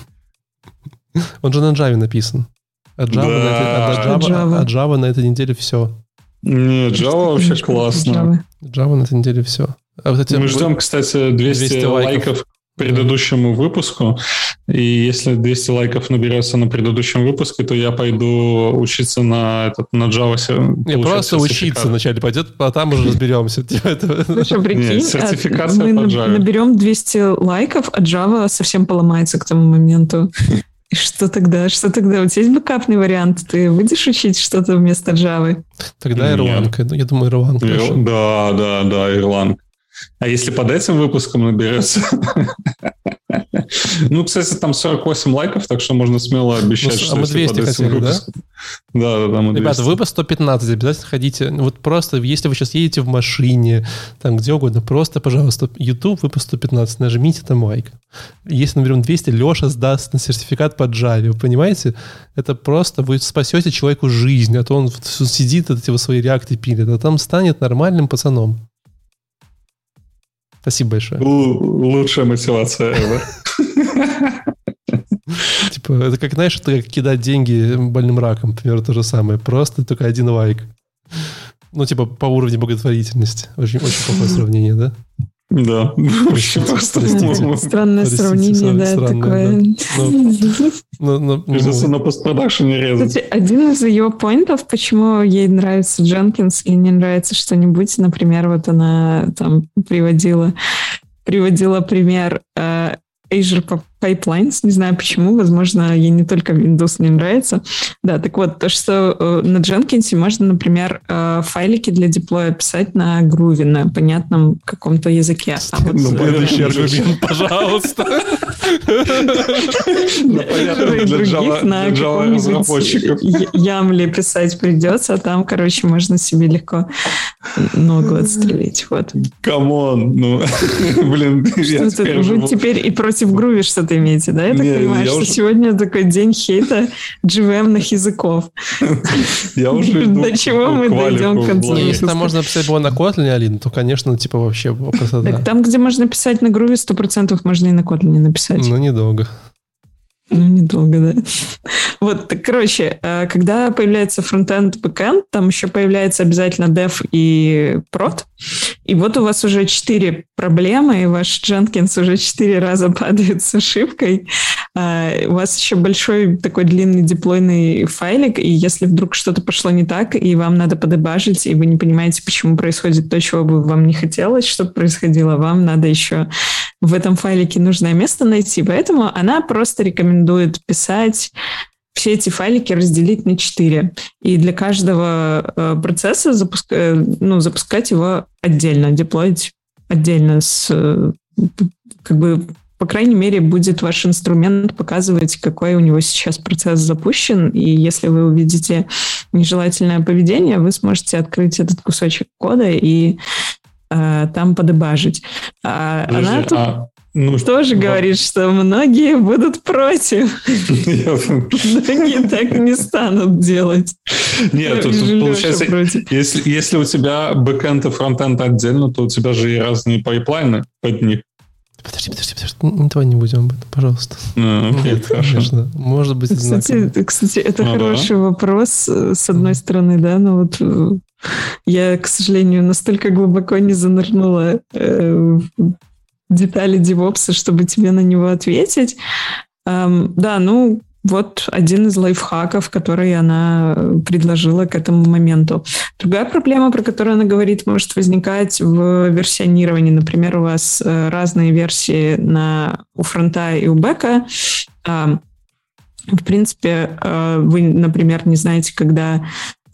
Он же на Java написан. А Java, да. на, этой, а Java, Java. А Java на этой неделе все. Нет, Java вообще классно. Java. Java на этой неделе все. А вот эти, Мы ждем, кстати, двести, двести лайков. лайков к предыдущему выпуску. И если двести лайков наберется на предыдущем выпуске, то я пойду учиться на, этот, на Java. Не, просто учиться вначале пойдет, а там уже разберемся. Слушай, прикинь, Нет, сертификация мы по Java. наберем двести лайков, а Java совсем поломается к тому моменту. И что тогда? Что тогда? У тебя есть бэкапный вариант? Ты будешь учить что-то вместо Java? Тогда Erlang. Я думаю, Erlang. Ир... Да, да, да, Erlang. А если под этим выпуском наберется... Ну, кстати, там сорок восемь лайков, так что можно смело обещать, что... А мы двести хотели, да? Да, да, да, мы двести. Ребята, выпуск сто пятнадцать, обязательно ходите. Вот просто, если вы сейчас едете в машине, там где угодно, просто, пожалуйста, YouTube, выпуск сто пятнадцать, нажмите там лайк. Если наберем двести, Леша сдаст на сертификат по Java, вы понимаете? Это просто вы спасете человеку жизнь, а то он сидит, эти вот свои реакты пилит, а там станет нормальным пацаном. Спасибо большое. Л- лучшая мотивация ever. Типа, это как, знаешь, это как кидать деньги больным раком, например, то же самое. Просто только один лайк. Ну, типа, по уровню благотворительности. Очень, очень плохое сравнение, да? Да. Вообще просто... Странное сравнение, да, такое. Кажется, на постпродакшене резать. Кстати, один из ее поинтов, почему ей нравится Jenkins или не нравится что-нибудь, например, вот она там приводила, приводила пример Azure Pipelines, не знаю почему, возможно, ей не только Windows не нравится. Да, так вот, то, что э, на Jenkins можно, например, э, файлики для деплоя писать на Groovy, на понятном каком-то языке. А вот, ну, следующий аргумент, пожалуйста. На понятном для Java разработчиков. Ямле писать придется, а там, короче, можно себе легко ногу отстрелить. Вот. Камон, ну, блин, я теперь Вы теперь и против Groovy что-то имеете, да? Я так не, понимаю, я что уже... сегодня такой день хейта джи ви эм-ных языков. Я уже жду. До чего мы дойдем к концу? Если там можно писать было на Kotlin, Алина, то, конечно, типа вообще красота. Так там, где можно писать на Groovy, сто процентов можно и на Kotlin написать. Ну, недолго. Ну, недолго, да. Вот, так, короче, когда появляется фронтенд, бэкенд, там еще появляется обязательно dev и prod. И вот у вас уже четыре проблемы, и ваш Jenkins уже четыре раза падает с ошибкой. У вас еще большой такой длинный деплойный файлик, и если вдруг что-то пошло не так, и вам надо подебажить, и вы не понимаете, почему происходит то, чего бы вам не хотелось, чтобы происходило, вам надо еще в этом файлике нужное место найти. Поэтому она просто рекомендует писать все эти файлики разделить на четыре. И для каждого э, процесса запуск, э, ну, запускать его отдельно, деплоить отдельно. С, э, как бы, по крайней мере, будет ваш инструмент показывать, какой у него сейчас процесс запущен. И если вы увидите нежелательное поведение, вы сможете открыть этот кусочек кода и э, там подебажить. А Подожди, она тут... а... Ну, тоже да. говорит, что многие будут против. Многие так не станут делать. Нет, тут получается, если, если у тебя бэкэнд и фронтенд отдельно, то у тебя же и разные пайплайны под них. Подожди, подожди, подожди. Давай не будем об этом, пожалуйста. А, окей, Нет, хорошо. Конечно. Может быть, кстати, кстати, это ну, хороший да. вопрос, с одной стороны, да, но вот я, к сожалению, настолько глубоко не занырнула э, детали DevOps, чтобы тебе на него ответить. Эм, да, ну, вот один из лайфхаков, который она предложила к этому моменту. Другая проблема, про которую она говорит, может возникать в версионировании. Например, у вас разные версии на, у фронта и у бэка. Эм, в принципе, э, вы, например, не знаете, когда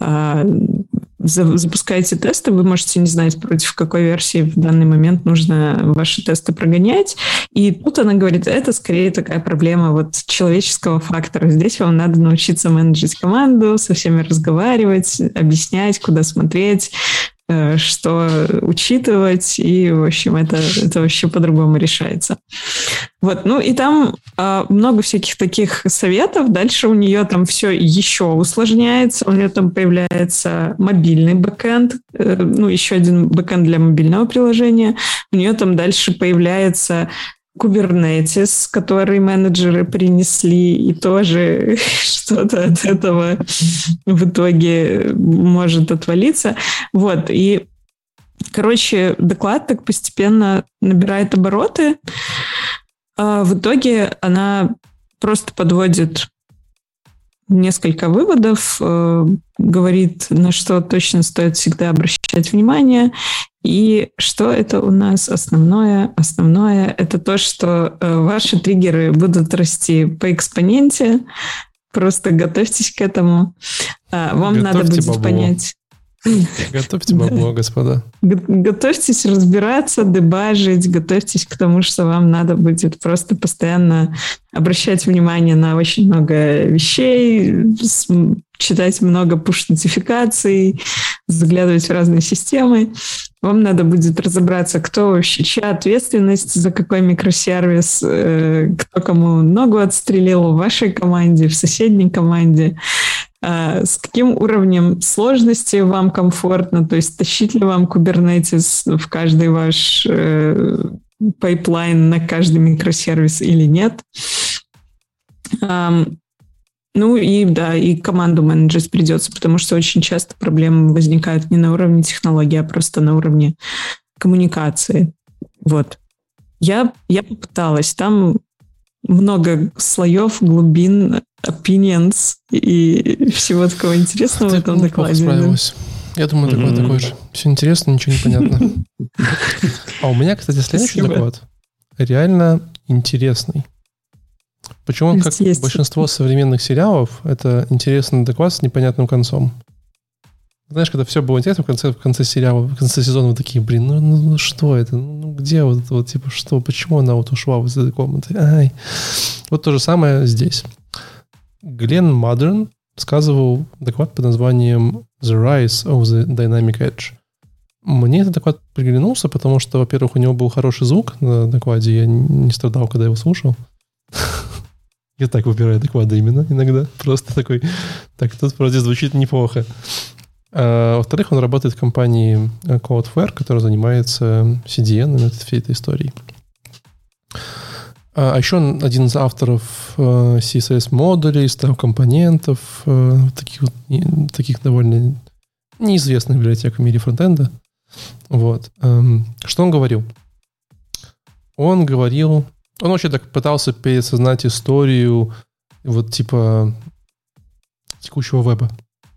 запускаете тесты, вы можете не знать, против какой версии в данный момент нужно ваши тесты прогонять. И тут она говорит, это скорее такая проблема вот человеческого фактора. Здесь вам надо научиться менеджить команду, со всеми разговаривать, объяснять, куда смотреть, что учитывать, и, в общем, это, это вообще по-другому решается. Вот, ну и там а, много всяких таких советов. Дальше у нее там все еще усложняется. У нее там появляется мобильный бэкэнд, э, ну, еще один бэкэнд для мобильного приложения. У нее там дальше появляется Kubernetes, который менеджеры принесли, и тоже что-то от этого в итоге может отвалиться. Вот, и, короче, доклад так постепенно набирает обороты. А в итоге она просто подводит несколько выводов, говорит, на что точно стоит всегда обращать обращать внимание. И что это у нас основное? Основное — это то, что ваши триггеры будут расти по экспоненте. Просто готовьтесь к этому. Вам Готовьте надо будет бабло. понять... Готовьте бабло, господа. Готовьтесь разбираться, дебажить, готовьтесь к тому, что вам надо будет просто постоянно обращать внимание на очень много вещей, читать много пуш-нотификаций, заглядывать в разные системы. Вам надо будет разобраться, кто вообще, чья ответственность за какой микросервис, кто кому ногу отстрелил в вашей команде, в соседней команде. С каким уровнем сложности вам комфортно, то есть тащить ли вам Kubernetes в каждый ваш э, пайплайн на каждый микросервис или нет. Um, ну и да, и команду менеджить придется, потому что очень часто проблемы возникают не на уровне технологии, а просто на уровне коммуникации. Вот. Я, я попыталась. Там много слоев, глубин, opinions и всего такого интересного Ты в этом докладе. Справилась. Я думаю, доклад mm-hmm. такой же. Все интересно, ничего не понятно. А у меня, кстати, следующий доклад реально интересный. Почему, как большинство современных сериалов, это интересный доклад с непонятным концом. Знаешь, когда все было интересно, в конце, в конце сериала, в конце сезона вы такие, блин, ну, ну, ну что это? Ну где вот это вот, типа, что? Почему она вот ушла из этой комнаты? Ай. Вот то же самое здесь. Глен Мадерн сказывал доклад под названием The Rise of the Dynamic Edge. Мне этот доклад приглянулся, потому что, во-первых, у него был хороший звук на докладе, я не страдал, когда его слушал. Я так выбираю доклады именно иногда. Просто такой, так, тут вроде звучит неплохо. А, во-вторых, он работает в компании Cloudflare, которая занимается си ди эн и всей этой историей. А, а еще он один из авторов uh, си эс эс-модулей, стайл-компонентов, uh, таких, вот, таких довольно неизвестных библиотек в мире фронтенда. Вот. Um, что он говорил? Он говорил... Он вообще так пытался пересознать историю вот типа текущего веба.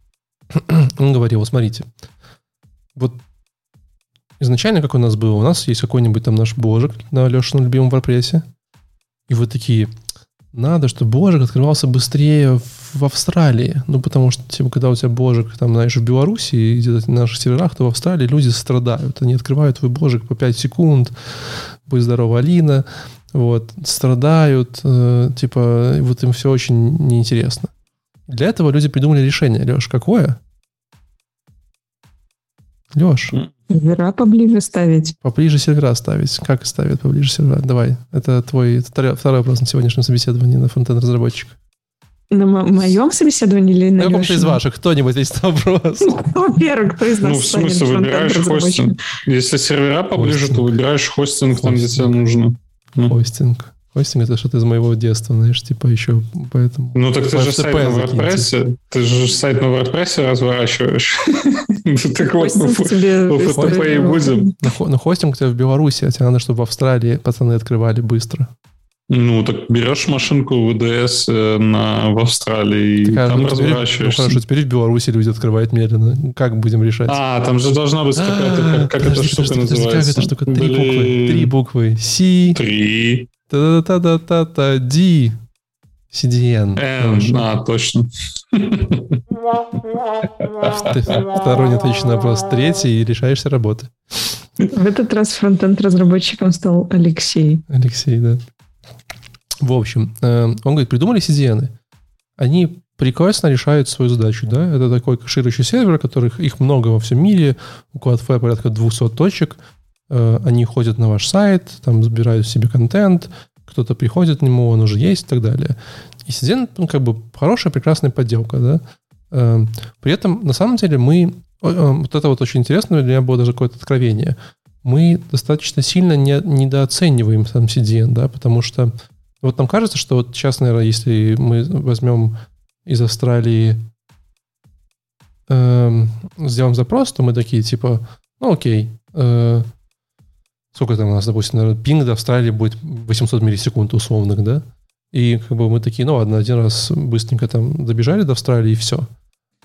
Он говорил, смотрите, вот изначально как у нас было, у нас есть какой-нибудь там наш бложек на Лешином любимом WordPress, и вот такие, надо, чтобы бложек открывался быстрее в Австралии, ну потому что, типа, когда у тебя бложек там, знаешь, в Беларуси и где-то на наших серверах, то в Австралии люди страдают, они открывают твой бложек по пять секунд, будь здорова, Алина, вот, страдают, э, типа, вот им все очень неинтересно. Для этого люди придумали решение. Леш, какое? Леш. Сервера поближе ставить. Поближе сервера ставить. Как ставят поближе сервера? Давай. Это твой это второй вопрос на сегодняшнем собеседовании на фронтенд-разработчика. На м- моем собеседовании или на На каком-то из ваших? Кто-нибудь есть вопрос? Во-первых, кто из нас Ну, в смысле, выбираешь хостинг. Если сервера поближе, то выбираешь хостинг там, где тебе нужно. Хостинг. Хостинг — это что-то из моего детства, знаешь, типа еще поэтому... Ну, так ты же сайт на WordPress, ты же сайт на WordPress разворачиваешь. Так вот, мы эф ти пи и будем. Но хостинг у тебя в Беларуси, а тебе надо, чтобы в Австралии пацаны открывали быстро. Ну, так берешь машинку ви ди эс на, в Австралии и там разворачиваешься. Ну, хорошо, теперь в Беларуси люди открывают медленно. Как будем решать? А, там же должна быть какая-то... Как эта штука называется? Как эта штука? Три буквы. Три буквы. Си. Три. Та-та-та-та-та-та. Ди. си ди эн. Н. А, точно. Второй неотвеченный вопрос. Третий, и решаешься работы. В этот раз фронтенд-разработчиком стал Алексей. Алексей, да. В общем, он говорит, придумали си ди эн. Они прекрасно решают свою задачу. Да? Это такой кэширующий сервер, которых их много во всем мире. У Cloudflare порядка двести точек. Они ходят на ваш сайт, там забирают себе контент, кто-то приходит к нему, он уже есть и так далее. И си ди эн, ну, как бы хорошая, прекрасная подделка. Да? При этом, на самом деле, мы... Вот это вот очень интересно, для меня было даже какое-то откровение. Мы достаточно сильно не, недооцениваем сам си ди эн, да, потому что вот нам кажется, что вот сейчас, наверное, если мы возьмем из Австралии, э, сделаем запрос, то мы такие, типа, ну окей, э, сколько там у нас, допустим, наверное, пинг до Австралии будет восемьсот миллисекунд условных, да, и как бы мы такие, ну ладно, один раз быстренько там добежали до Австралии и все.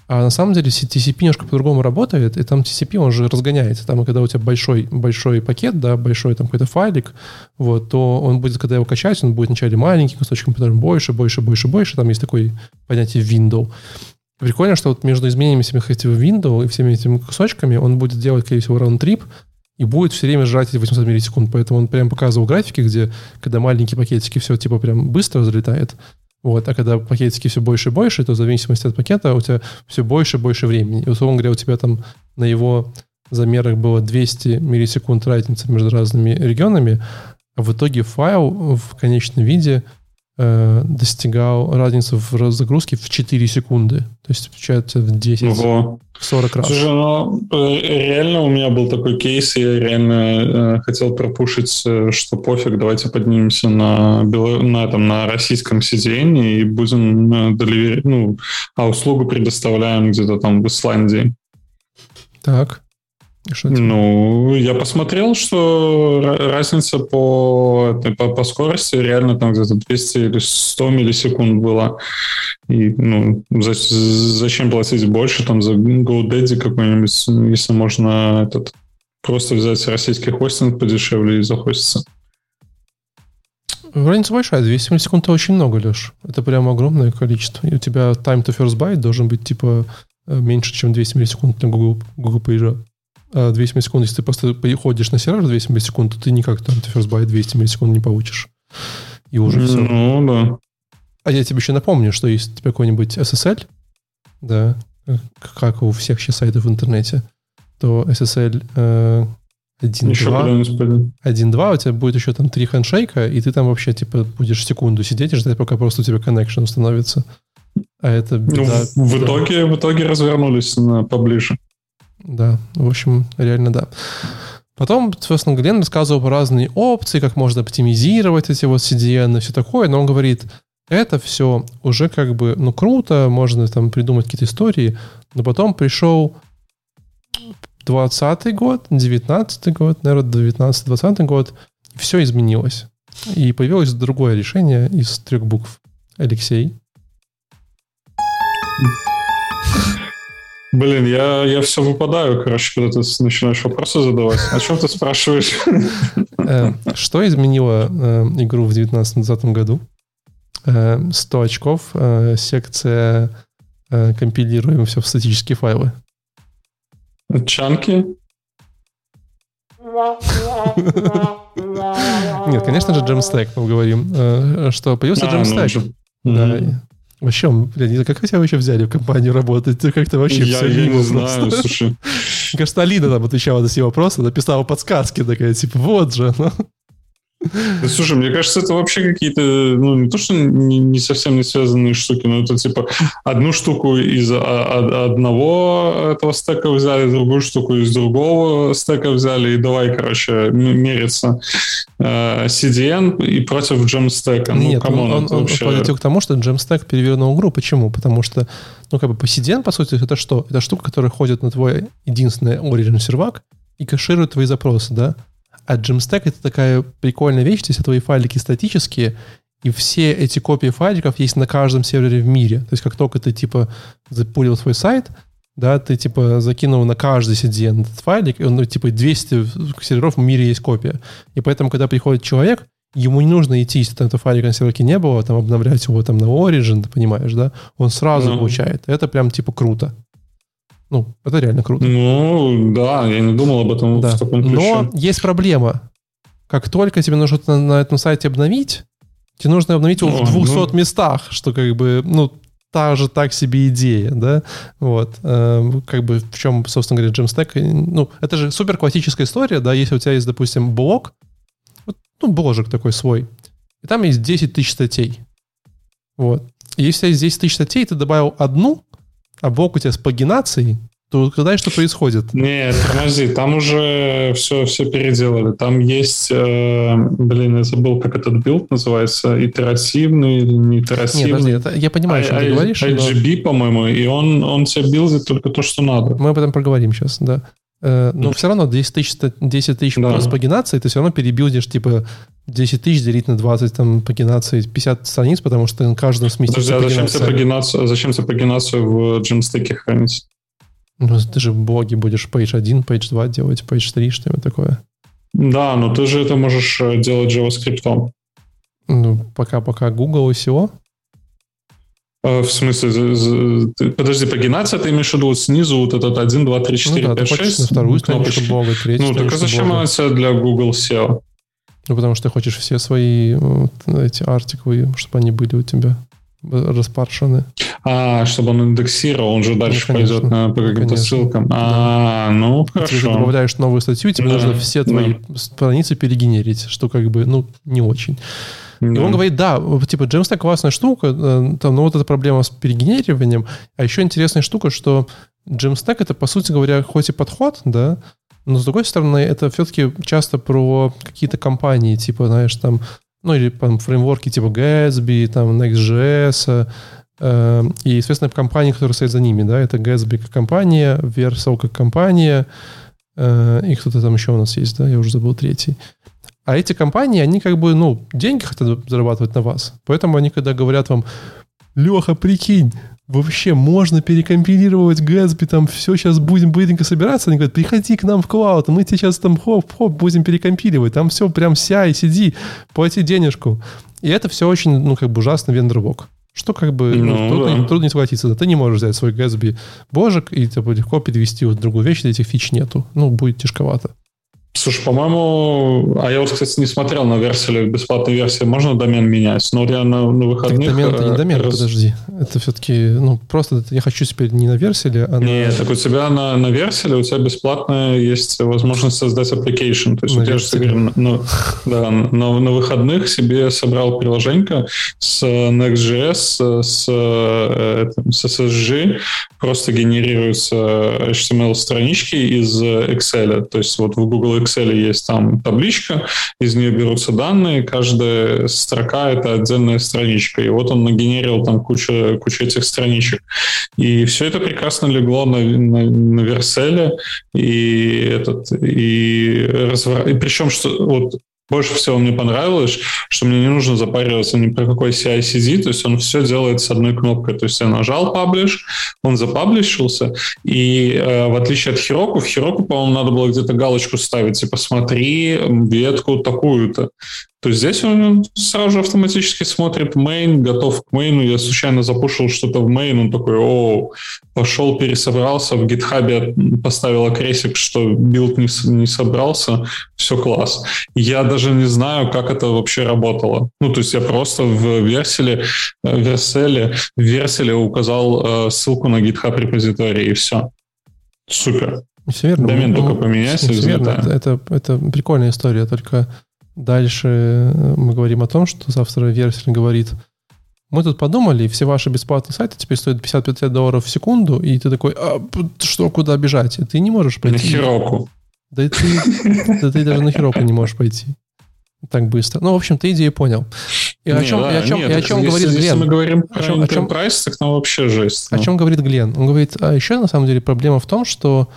А на самом деле ти си пи немножко по-другому работает, и там ти си пи, он же разгоняется. Там, когда у тебя большой, большой пакет, да, большой там какой-то файлик, вот, то он будет, когда его качать, он будет вначале маленький кусочком, потом больше, больше, больше, больше. Там есть такое понятие window. Прикольно, что вот между изменениями всех этих window и всеми этими кусочками он будет делать, скорее всего, раунд-трип, и будет все время жрать эти восемьсот миллисекунд. Поэтому он прям показывал графики, где, когда маленькие пакетики все типа прям быстро взлетает. Вот, а когда пакетики все больше и больше, то в зависимости от пакета у тебя все больше и больше времени. И, условно говоря, у тебя там на его замерах было двести миллисекунд разницы между разными регионами, а в итоге файл в конечном виде э, достигал разницу в загрузке в четыре секунды. То есть, получается, в десять-сорок раз. Слушай, ну, реально у меня был такой кейс, и я реально э, хотел пропушить, что пофиг, давайте поднимемся на, на, этом, на российском си ди эн и будем деливери, ну, а услугу предоставляем где-то там в Исландии. Так. Ну, я посмотрел, что разница по, по, по скорости реально там где-то двести или сто миллисекунд была. И, ну, за, зачем платить больше там за GoDaddy какой-нибудь, если можно этот, просто взять российский хостинг подешевле и захоститься. Разница большая. двести миллисекунд — это очень много, Леш. Это прям огромное количество. И у тебя time to first byte должен быть типа меньше, чем двести миллисекунд на Google, Google Page. А двести миллисекунд, если ты просто ходишь на сервер двести миллисекунд, то ты никак там ты first byte двести миллисекунд не получишь. И уже все. Ну, да. А я тебе еще напомню, что есть у тебя какой-нибудь эс эс эл, да, как у всех сейчас сайтов в интернете, то эс эс эл э, один два, у тебя будет еще там три хендшейка, и ты там вообще типа будешь секунду сидеть и ждать, пока просто у тебя connection установится. А это беда. Ну, в, в, итоге, в итоге развернулись на, поближе. Да, в общем, реально да. Потом, собственно, Глен рассказывал про разные опции, как можно оптимизировать эти вот си ди эн и все такое, но он говорит, это все уже как бы, ну, круто, можно там придумать какие-то истории, но потом пришел двадцатый год, девятнадцатый год, наверное, девятнадцатый-двадцатый год, и все изменилось. И появилось другое решение из трех букв. Алексей. Блин, я, я все выпадаю, короче, когда ты начинаешь вопросы задавать. О чем ты спрашиваешь? Что изменило игру в девятнадцатом-двадцатом году? сто очков, секция компилируем все в статические файлы. Чанки? Нет, конечно же, Jamstack, мы говорим. Что появился Jamstack. Да. Вообще, блин, как вы тебя вообще взяли в компанию работать? Ты как-то вообще я, все я мимо не знаю, просто. Слушай. Мне кажется, Алина там отвечала на все вопросы, написала подсказки, такая, типа, вот же. Ну. Да, слушай, мне кажется, это вообще какие-то, ну, не то, что не, не совсем не связанные штуки, но это типа одну штуку из а, а, одного этого стека взяли, другую штуку из другого стека взяли, и давай, короче, мериться э, си ди эн и против Jamstack. Ну, нет, камон, он, он, вообще... он подойдет к тому, что Jamstack перевернул игру. Почему? Потому что, ну, как бы по си ди эн, по сути, это что? Это штука, которая ходит на твой единственный origin сервак и кэширует твои запросы, да? А Jamstack — это такая прикольная вещь, если твои файлики статические, и все эти копии файликов есть на каждом сервере в мире. То есть как только ты, типа, запулил свой сайт, да, ты, типа, закинул на каждый си ди эн этот файлик, и он, ну, типа, двести серверов в мире есть копия. И поэтому, когда приходит человек, ему не нужно идти, если там этого файлика на серверке не было, там, обновлять его там на Origin, ты понимаешь, да? Он сразу mm-hmm. получает. Это прям, типа, круто. Ну, это реально круто. Ну, да, я не думал об этом да. в таком ключе. Но есть проблема. Как только тебе нужно на, на этом сайте обновить, тебе нужно обновить его О, в двухстах ну... местах, что как бы, ну, та же так себе идея, да? Вот. Э, как бы в чем, собственно говоря, Jamstack. Ну, это же супер классическая история, да, если у тебя есть, допустим, блог, вот, ну, бложек такой свой, и там есть десять тысяч статей. Вот. И если у тебя есть десять тысяч статей, ты добавил одну, а блок у тебя с пагинацией, то когда что происходит? Нет, подожди, там уже все, все переделали. Там есть, э, блин, я забыл, как этот билд называется, итеративный или не итеративный. Нет, подожди, это, я понимаю, что ты говоришь. ай джи би, но... по-моему, и он, он тебе билдит только то, что надо. Мы об этом проговорим сейчас, да. Э, но все равно десять тысяч, десять тысяч да. просто пагинаций, ты все равно перебилдишь, типа, десять тысяч делить на двадцать там, пагинаций, пятьдесят страниц, потому что на каждом сместится Подожди, а зачем тебе пагинацию, зачем тебе пагинацию в джемстеке хранить? Ну, ты же в блоге будешь пейдж один, пейдж два делать, пейдж три, что-нибудь такое. Да, но ты же это можешь делать JavaScript. Ну, пока-пока Google и сего. В смысле, подожди, пагинация, ты имеешь в виду вот снизу вот этот один, два, три, четыре, ну, да, пять, шесть? На вторую страничку блога, третью Ну, так а зачем она тебе для Google сео? Ну, потому что ты хочешь все свои вот, эти артиклы, чтобы они были у тебя распаршены. А, чтобы он индексировал, он же дальше ну, пойдет на, по каким-то конечно. ссылкам. А, да. ну, хорошо. Если ты добавляешь новую статью, тебе да. нужно все твои да. страницы перегенерить, что как бы, ну, не очень. Да. И он говорит, да, типа, Jamstack классная штука, там, но вот эта проблема с перегенериванием. А еще интересная штука, что Jamstack это, по сути говоря, хоть и подход, да, но с другой стороны, это все-таки часто про какие-то компании, типа, знаешь, там, ну, или там фреймворки типа Gatsby, там, Next.js, э, и, естественно, компании, которые стоят за ними, да, это Gatsby как компания, Vercel как компания, э, и кто-то там еще у нас есть, да, я уже забыл третий. А эти компании, они как бы, ну, деньги хотят зарабатывать на вас. Поэтому они, когда говорят вам, Леха, прикинь, вообще можно перекомпилировать Gatsby, там все сейчас будем быстренько собираться. Они говорят, приходи к нам в клауд, мы тебе сейчас там хоп-хоп будем перекомпиливать. Там все прям сяй, сиди, плати денежку. И это все очень, ну, как бы ужасно вендор-лок. Что как бы ну, ну, трудно, да. трудно не согласиться. Да, ты не можешь взять свой Gatsby божек и типа, легко перевести в другую вещь, если этих фич нету. Ну, будет тяжковато. Слушай, по-моему, а я вот, кстати, не смотрел на версии, в бесплатной версии можно домен менять, но реально на выходных... Так домен это не домен, раз... подожди. Это все-таки, ну, просто я хочу теперь не на версии, а на... Нет, так у тебя на, на версии у тебя бесплатно есть возможность создать application. То есть на вот я же говорю, ну, да, на, на выходных себе собрал приложенье с Next.js, с, с эс эс джи, просто генерируются эйч ти эм эл-странички из Excel. То есть вот в Google Excel есть там табличка, из нее берутся данные, каждая строка — это отдельная страничка. И вот он нагенерил там кучу, кучу этих страничек. И все это прекрасно легло на, на, на Vercel. И, этот, и, развор... и причем, что вот больше всего мне понравилось, что мне не нужно запариваться ни про какой си ай си ди, то есть он все делает с одной кнопкой. То есть я нажал publish, он запаблишился, и э, в отличие от Heroku, в Heroku, по-моему, надо было где-то галочку ставить, типа смотри ветку такую-то. То есть здесь он сразу же автоматически смотрит main, готов к мейну. Я случайно запушил что-то в main, он такой, о, пошел, пересобрался, в гитхабе поставил окресик, что билд не, не собрался, все класс. Я даже не знаю, как это вообще работало. Ну, то есть я просто в Vercel, Vercel, Vercel указал э, ссылку на GitHub репозиторий, и все. Супер. Все верно. Домен ну, только поменяйся. Все верно. Это, это, это прикольная история, только... Дальше мы говорим о том, что завтра Vercel говорит, мы тут подумали, и все ваши бесплатные сайты теперь стоят пятьдесят пять долларов в секунду, и ты такой, а что, куда бежать? И ты не можешь пойти. На Heroku. Да и ты, да ты даже на Heroku не можешь пойти так быстро. Ну, в общем, ты идею понял. И о чем, да, и о чем, нет, и о чем если, говорит если Глен? Если мы говорим о чем, про enterprise, так там вообще жесть. О ну. чем говорит Глен? Он говорит, а еще на самом деле проблема в том, что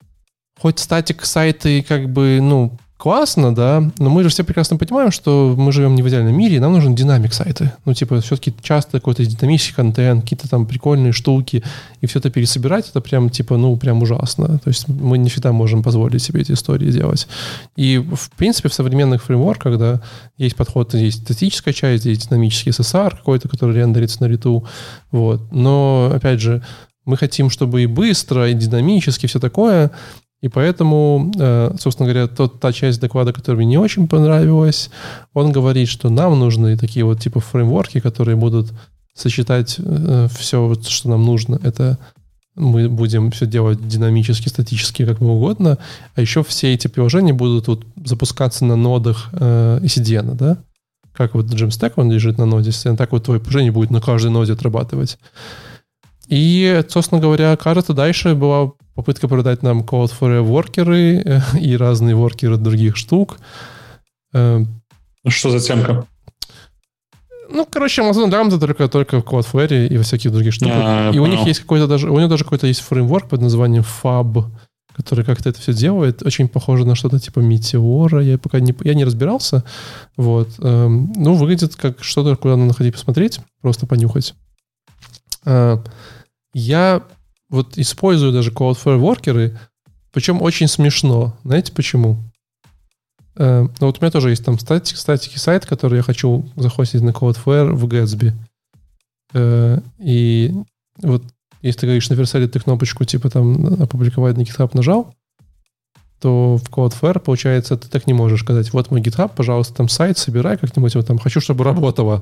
хоть статик сайты как бы, ну, классно, да, но мы же все прекрасно понимаем, что мы живем не в идеальном мире, и нам нужен динамик сайта. Ну, типа, все-таки часто какой-то динамический контент, какие-то там прикольные штуки, и все это пересобирать, это прям, типа, ну, прям ужасно. То есть мы не всегда можем позволить себе эти истории делать. И, в принципе, в современных фреймворках, да, есть подход, есть статическая часть, есть динамический эс эс ар какой-то, который рендерится на лету, вот. Но, опять же, мы хотим, чтобы и быстро, и динамически, все такое. И поэтому, собственно говоря, тот, та часть доклада, которая мне не очень понравилась, он говорит, что нам нужны такие вот типа фреймворки, которые будут сочетать все, что нам нужно. Это мы будем все делать динамически, статически, как мы угодно, а еще все эти приложения будут вот запускаться на нодах и си ди эн, да? Как вот Jamstack, он лежит на ноде, так вот твое приложение будет на каждой ноде отрабатывать. И, собственно говоря, кажется, дальше была попытка продать нам Code for воркеры э, и разные воркеры других штук. Э, Что за темка? Ну, короче, Amazon Lambda только, только в Cloudflare и во всяких других штуках. А, и у понял. них есть какой-то даже, у них даже какой-то есть фреймворк под названием Fab который как-то это все делает. Очень похоже на что-то типа Метеора. Я пока не, я не разбирался. Вот. Эм, ну, выглядит как что-то, куда надо ходить посмотреть, просто понюхать. Э, я вот использую даже Cloudflare воркеры, причем очень смешно. Знаете почему? Э, ну, вот у меня тоже есть там статик, статики сайт, который я хочу захостить на Cloudflare в Gatsby. Э, и вот если ты говоришь на Vercel, ты кнопочку типа там опубликовать на GitHub нажал, то в Cloudflare, получается, ты так не можешь сказать, вот мой GitHub, пожалуйста, там сайт, собирай как-нибудь, вот там, хочу, чтобы работало.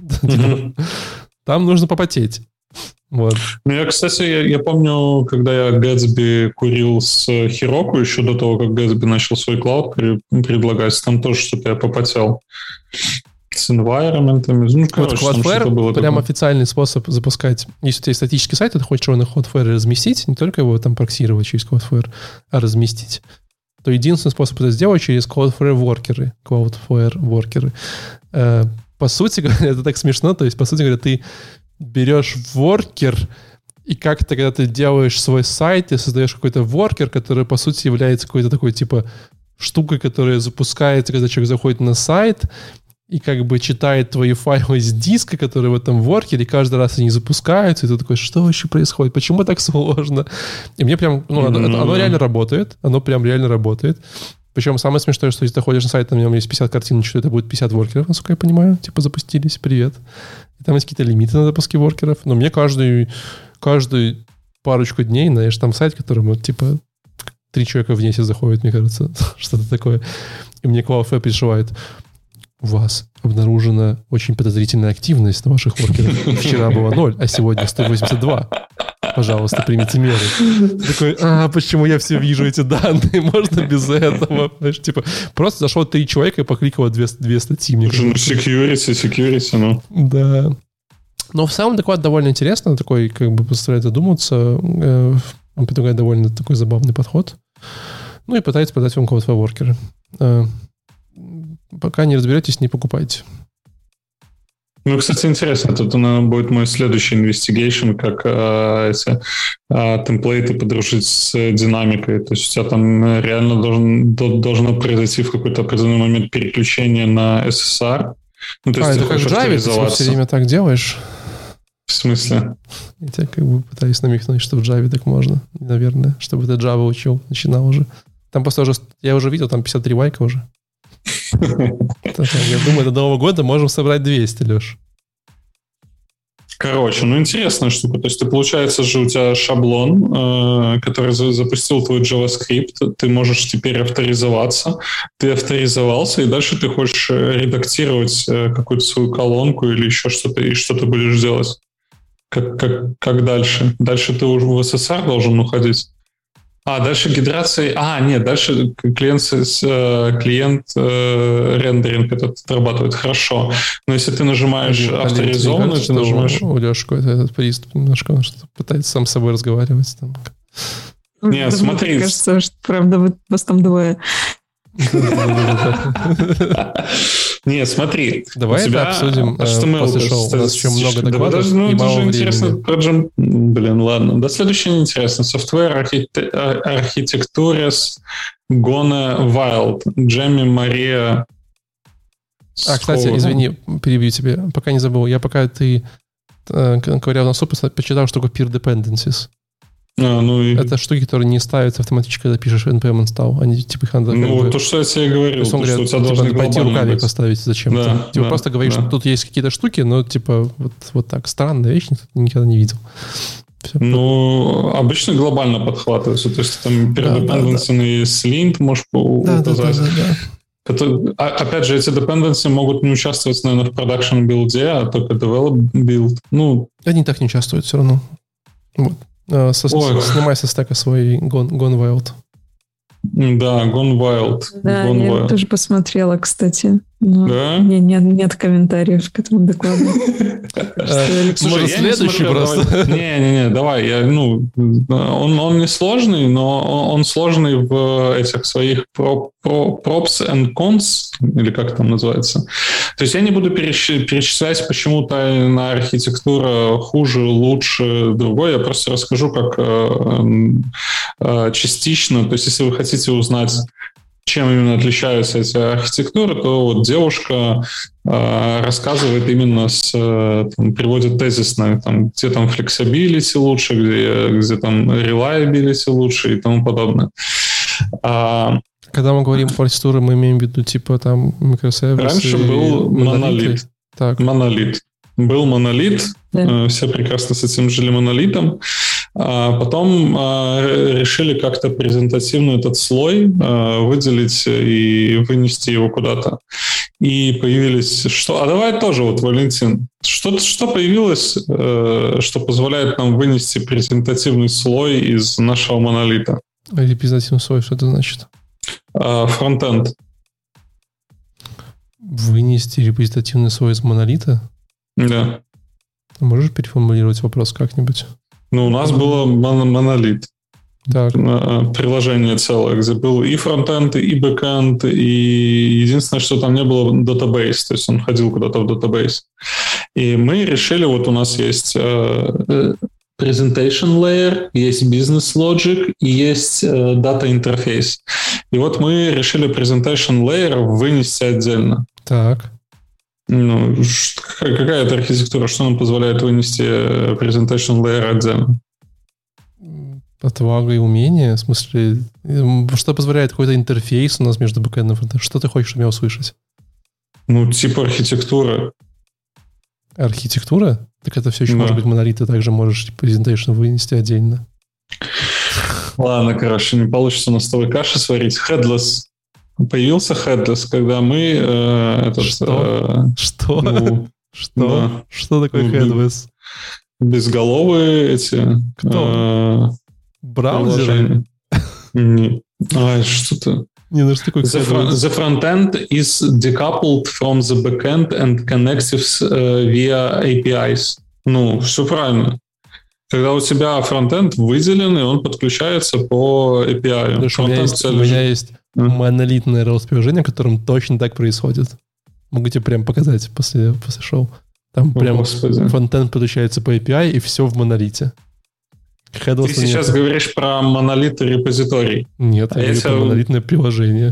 Там нужно попотеть. Вот. Ну, я, кстати, я, я помню, когда я Gatsby курил с Heroku, еще до того, как Gatsby начал свой клауд предлагать, там тоже что-то я попотел. С environment'ами. Ну, короче, вот Cloudflare было прям такое. официальный способ запускать. Если у тебя есть статический сайт, ты хочешь его на Cloudflare разместить, не только его там проксировать через Cloudflare, а разместить, то единственный способ это сделать через Cloudflare воркеры. Cloudflare воркеры. Э, по сути говоря, это так смешно, то есть, по сути говоря, ты берешь воркер, и как-то, когда ты делаешь свой сайт, ты создаешь какой-то воркер, который, по сути, является какой-то такой, типа, штукой, которая запускается, когда человек заходит на сайт, и как бы читает твои файлы с диска, которые в этом воркере, и каждый раз они запускаются, и ты такой, что вообще происходит? Почему так сложно? И мне прям, ну, оно, mm-hmm. оно реально работает, оно прям реально работает. Причем самое смешное, что если ты ходишь на сайт, там в нем есть пятьдесят картинок, что это будет пятьдесят воркеров, насколько я понимаю, типа запустились, привет. И там есть какие-то лимиты на запуске воркеров, но мне каждый, каждый парочку дней, знаешь, там сайт, которому типа три человека в месяц заходит, мне кажется, что-то такое. И мне Cloudflare пришивает: у вас обнаружена очень подозрительная активность на ваших воркерах. Вчера было ноль, а сегодня сто восемьдесят два. Пожалуйста, примите меры. Такой, а почему я все вижу эти данные? Можно без этого? Знаешь, типа, просто зашло три человека и покликало две, две статьи. Мне ну, security, security, ну. Да. Но в целом доклад довольно интересный, такой, как бы, заставляет задуматься. Он предлагает довольно такой забавный подход. Ну и пытается продать вам Cloudflare воркеры. Пока не разберетесь, не покупайте. Ну, кстати, интересно. Тут наверное, будет мой следующий инвестигейшн, как э, эти э, темплейты подружить с динамикой. То есть у тебя там реально должен, должно произойти в какой-то определенный момент переключение на эс эс ар. Ну, то есть а, ты это как в Java, ты все время так делаешь? В смысле? Я тебя как бы пытаюсь намекнуть, что в Java так можно, наверное, чтобы ты Java учил, начинал уже. Там просто уже, я уже видел, там пятьдесят три лайка уже. Я думаю, до Нового года можем собрать двести, Леш. Короче, ну интересная штука. То есть, ты, получается же, у тебя шаблон, э, который за- запустил твой JavaScript, ты можешь теперь авторизоваться. Ты авторизовался, и дальше ты хочешь редактировать э, какую-то свою колонку или еще что-то, и что ты будешь делать? Как, как, как дальше? Дальше ты уже в эс эс ар должен уходить? А, дальше гидрация... А, нет, дальше клиент, клиент э, рендеринг этот отрабатывает. Хорошо. Но если ты нажимаешь Один, авторизованный, один, ты нажимаешь... У Леши какой-то этот приступ немножко, он что-то пытается сам с собой разговаривать. Там. Нет, смотри. Мне кажется, что правда вас там двое. Не, смотри. Давай это обсудим после шоу. У нас еще много докладов и мало времени. Блин, ладно. До следующего неинтересно. Software Architectures Gone Wild. Джемми Мария. А, кстати, извини, перебью тебе. Пока не забыл. Я пока ты ковырял на суп, почитал штуку peer dependencies. А, ну и... Это штуки, которые не ставятся автоматически, когда пишешь npm install. Они типа их надо... Ну, бы... то, что я тебе говорил. То, то, говорят, что у тебя типа, должны пойти руками быть. поставить зачем-то. Да, типа да, просто говоришь, да. что тут есть какие-то штуки, но типа вот, вот так. Странная вещь, никто никогда не видел. Все. Ну, обычно глобально подхватываются. То есть там Да, передепенденции да, да. на слинт можешь Да, да, да, указать. да, да. Который, а, опять же, эти dependency могут не участвовать, наверное, в production билде, а только develop build. Ну, Они так не участвуют все равно. Вот. Со, Ой. Снимай со стека свой Gone, Gone Wild. да, Gone Wild. Да, Gone я Wild. тоже посмотрела, кстати. Но Да? не- не- нет комментариев к этому докладу. Может, следующий просто? Не-не-не, давай. Я, ну, он, он не сложный, но он, он сложный в этих своих про, про, props and cons, или как там называется. То есть я не буду переч- перечислять, почему тайная архитектура хуже, лучше, другой. Я просто расскажу, как э, частично, то есть если вы хотите узнать, чем именно отличаются эти архитектуры, то вот девушка э, рассказывает именно с, там, приводит тезисно, там, где там flexibility лучше, где, где там reliability лучше и тому подобное. А, Когда мы говорим про архитектуру, мы имеем в виду типа там микросервисы. Раньше был монолит. Так. Монолит. Был монолит, да. Все прекрасно с этим жили монолитом. А потом а, решили как-то презентативно этот слой а, выделить и вынести его куда-то. И появились... Что? А давай тоже, вот, Валентин, что, что появилось, э, что позволяет нам вынести презентативный слой из нашего монолита? Репрезентативный слой, что это значит? А, фронтенд. Вынести репрезентативный слой из монолита? Да. Можешь переформулировать вопрос как-нибудь? Ну, у нас было мон- монолит. Так. Приложение целое, где был и фронтенд, и бэкенд, и единственное, что там не было датабейс, то есть он ходил куда-то в датабейс. И мы решили, вот у нас есть uh, presentation layer, есть business logic и есть uh, data interface. И вот мы решили presentation layer вынести отдельно. Так. Ну, какая это архитектура? Что нам позволяет вынести presentation layer отдельно? Отвага и умение? В смысле, что позволяет какой-то интерфейс у нас между бэкэндом и фронтендом? Что ты хочешь от меня услышать? Ну, типа архитектура. Архитектура? Так это все еще да. может быть монолит, ты также можешь presentation вынести отдельно. Ладно, короче, не получится у нас с тобой каши сварить. Headless. Появился Headless, когда мы... Э, этот, что? Э, что? Ну, что? Да. Что такое ну, Headless? Безголовые эти... Кто? Э, Браузеры? Не. А, что-то... Не, ну что такое the, front, the front end is decoupled from the backend and connects uh, via эй пи айс. Ну, все правильно. Когда у тебя фронтенд выделен, и он подключается по эй пи ай. Потому что у меня есть, у меня есть монолитное REST-приложение, в котором точно так происходит. Могу тебе прям показать после, после шоу. Там О, прям Господи. фронтенд подключается по эй пи ай, и все в монолите. Headless Ты сейчас нет. говоришь про монолит репозиторий. Нет, а я говорю про монолитное приложение.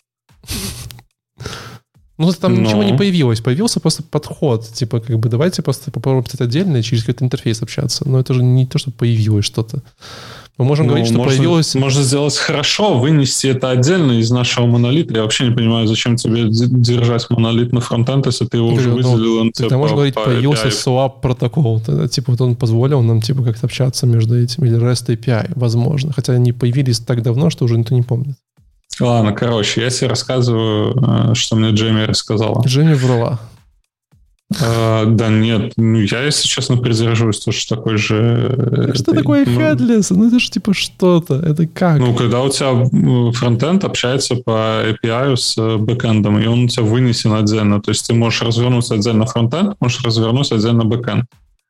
Ну, там Но... ничего не появилось. Появился просто подход. Типа, как бы, давайте просто попробуем писать отдельно и через какой-то интерфейс общаться. Но это же не то, что появилось что-то. Мы можем ну, говорить, что можно, появилось... Можно сделать хорошо, вынести это отдельно из нашего монолита. Я вообще не понимаю, зачем тебе держать монолит на фронтенд, если ты его я уже говорю, выделил. Ну, ты можешь говорить, по появился swap протокол. Типа, вот он позволил нам типа как-то общаться между этими. Или REST эй пи ай, возможно. Хотя они появились так давно, что уже никто не помнит. Ладно, короче, я тебе рассказываю, что мне Джейми рассказала. Джейми врала. А, да нет, ну я, если честно, придерживаюсь тоже такой же... Что этой, такое ну, headless? Ну это же типа что-то, это как? Ну, когда у тебя фронтенд общается по эй пи ай с бэкэндом, и он у тебя вынесен отдельно, то есть ты можешь развернуть отдельно фронтенд, можешь развернуть отдельно бэкэнд.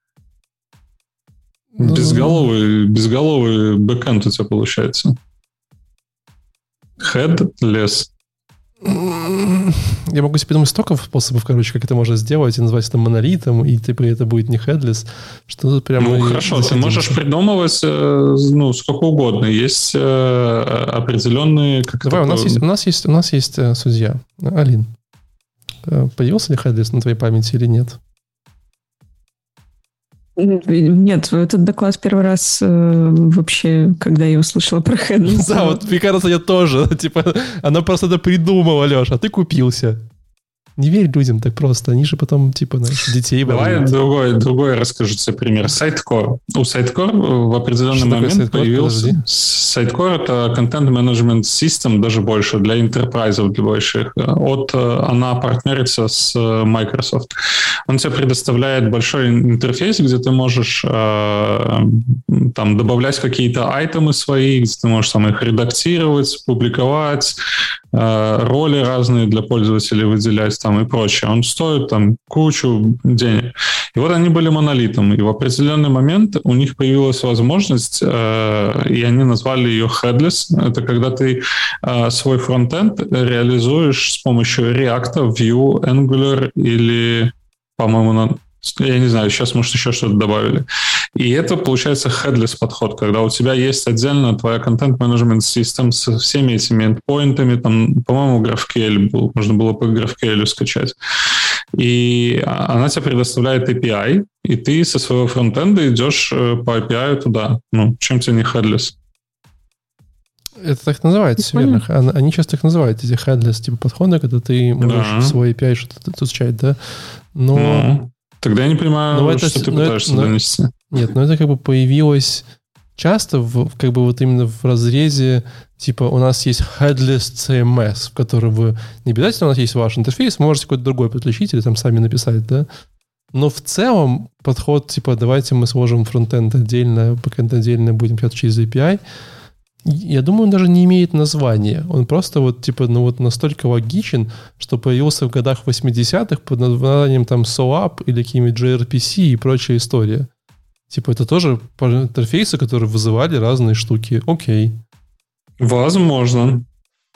Ну, безголовый, безголовый бэкэнд у тебя получается. Headless. Я могу себе придумать столько способов, короче, как это можно сделать и назвать это монолитом, и типа это будет не headless, что прямо... Ну, хорошо, засадимся. Ты можешь придумывать ну, сколько угодно. Есть э, определенные... Как Давай, у нас, есть, у, нас есть, у нас есть э, судья. Алин, появился ли headless на твоей памяти или нет? Нет, этот доклад первый раз э, вообще, когда я услышала про Headless. Да, вот мне кажется, я тоже. Типа, она просто это придумала, Леша, а ты купился. Не верь людям так просто. Они же потом, типа, знаешь, детей Давай волнуют. другой, другой расскажу тебе пример. Сайткор. У Сайткор в определенный Что момент Сайткор? появился... Сайткор — это Content Management System, даже больше, для интерпрайзов, для больших. От, она партнерится с Microsoft. Он тебе предоставляет большой интерфейс, где ты можешь э, там, добавлять какие-то айтемы свои, где ты можешь там, их редактировать, публиковать, э, роли разные для пользователей выделять там, и прочее. Он стоит там, кучу денег. И вот они были монолитом. И в определенный момент у них появилась возможность, э, и они назвали ее Headless. Это когда ты э, свой фронтенд реализуешь с помощью React, Vue, Angular или... По-моему, на Я не знаю, сейчас, может, еще что-то добавили. И это, получается, headless подход, когда у тебя есть отдельно твоя контент-менеджмент-система со всеми этими эндпоинтами. Там, по-моему, GraphQL был. Можно было по GraphQL скачать. И она тебе предоставляет эй пи ай, и ты со своего фронтенда идешь по эй пи ай туда. Ну, чем тебе не headless? Это так называется, верно. Они часто так называют, эти headless типа подходы, когда ты можешь да. в свой эй пи ай что-то изучать, да? Но... Ну, тогда я не понимаю, но что это, ты пытаешься это, донести. Нет, но это как бы появилось часто в, как бы вот именно в разрезе, типа у нас есть headless си эм эс, в котором вы не обязательно у нас есть ваш интерфейс, вы можете какой-то другой подключить или там сами написать, да? Но в целом подход, типа давайте мы сложим фронтенд отдельно, бэкэнд отдельно, будем писать через эй пи ай, я думаю, он даже не имеет названия. Он просто вот, типа, ну вот настолько логичен, что появился в годах восьмидесятых под названием там SOAP или какими-нибудь джей ар пи си и прочая история. Типа, это тоже интерфейсы, которые вызывали разные штуки. Окей. Возможно.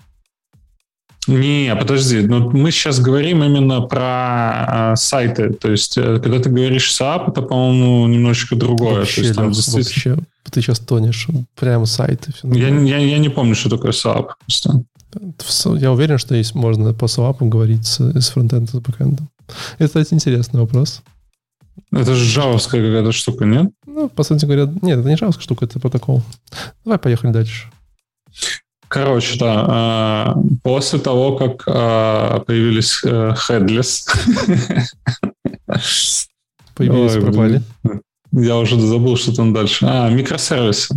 Не, подожди, ну мы сейчас говорим именно про э, сайты, то есть э, когда ты говоришь SAP, это, по-моему, немножечко другое. Вообще, то есть, там, Лех, действительно... вообще, ты сейчас тонешь, прямо сайты. Я, я, я не помню, что такое SAP. Просто. Я уверен, что есть, можно по SAP говорить с, с фронтенда, с бэкэндом. Это, кстати, интересный вопрос. Это же джавовская какая-то штука, нет? Ну, по сути говоря, нет, это не джавовская штука, это протокол. Давай поехали дальше. Короче, да, после того, как появились headless... Появились, Ой, пропали. Я уже забыл, что там дальше. А, микросервисы.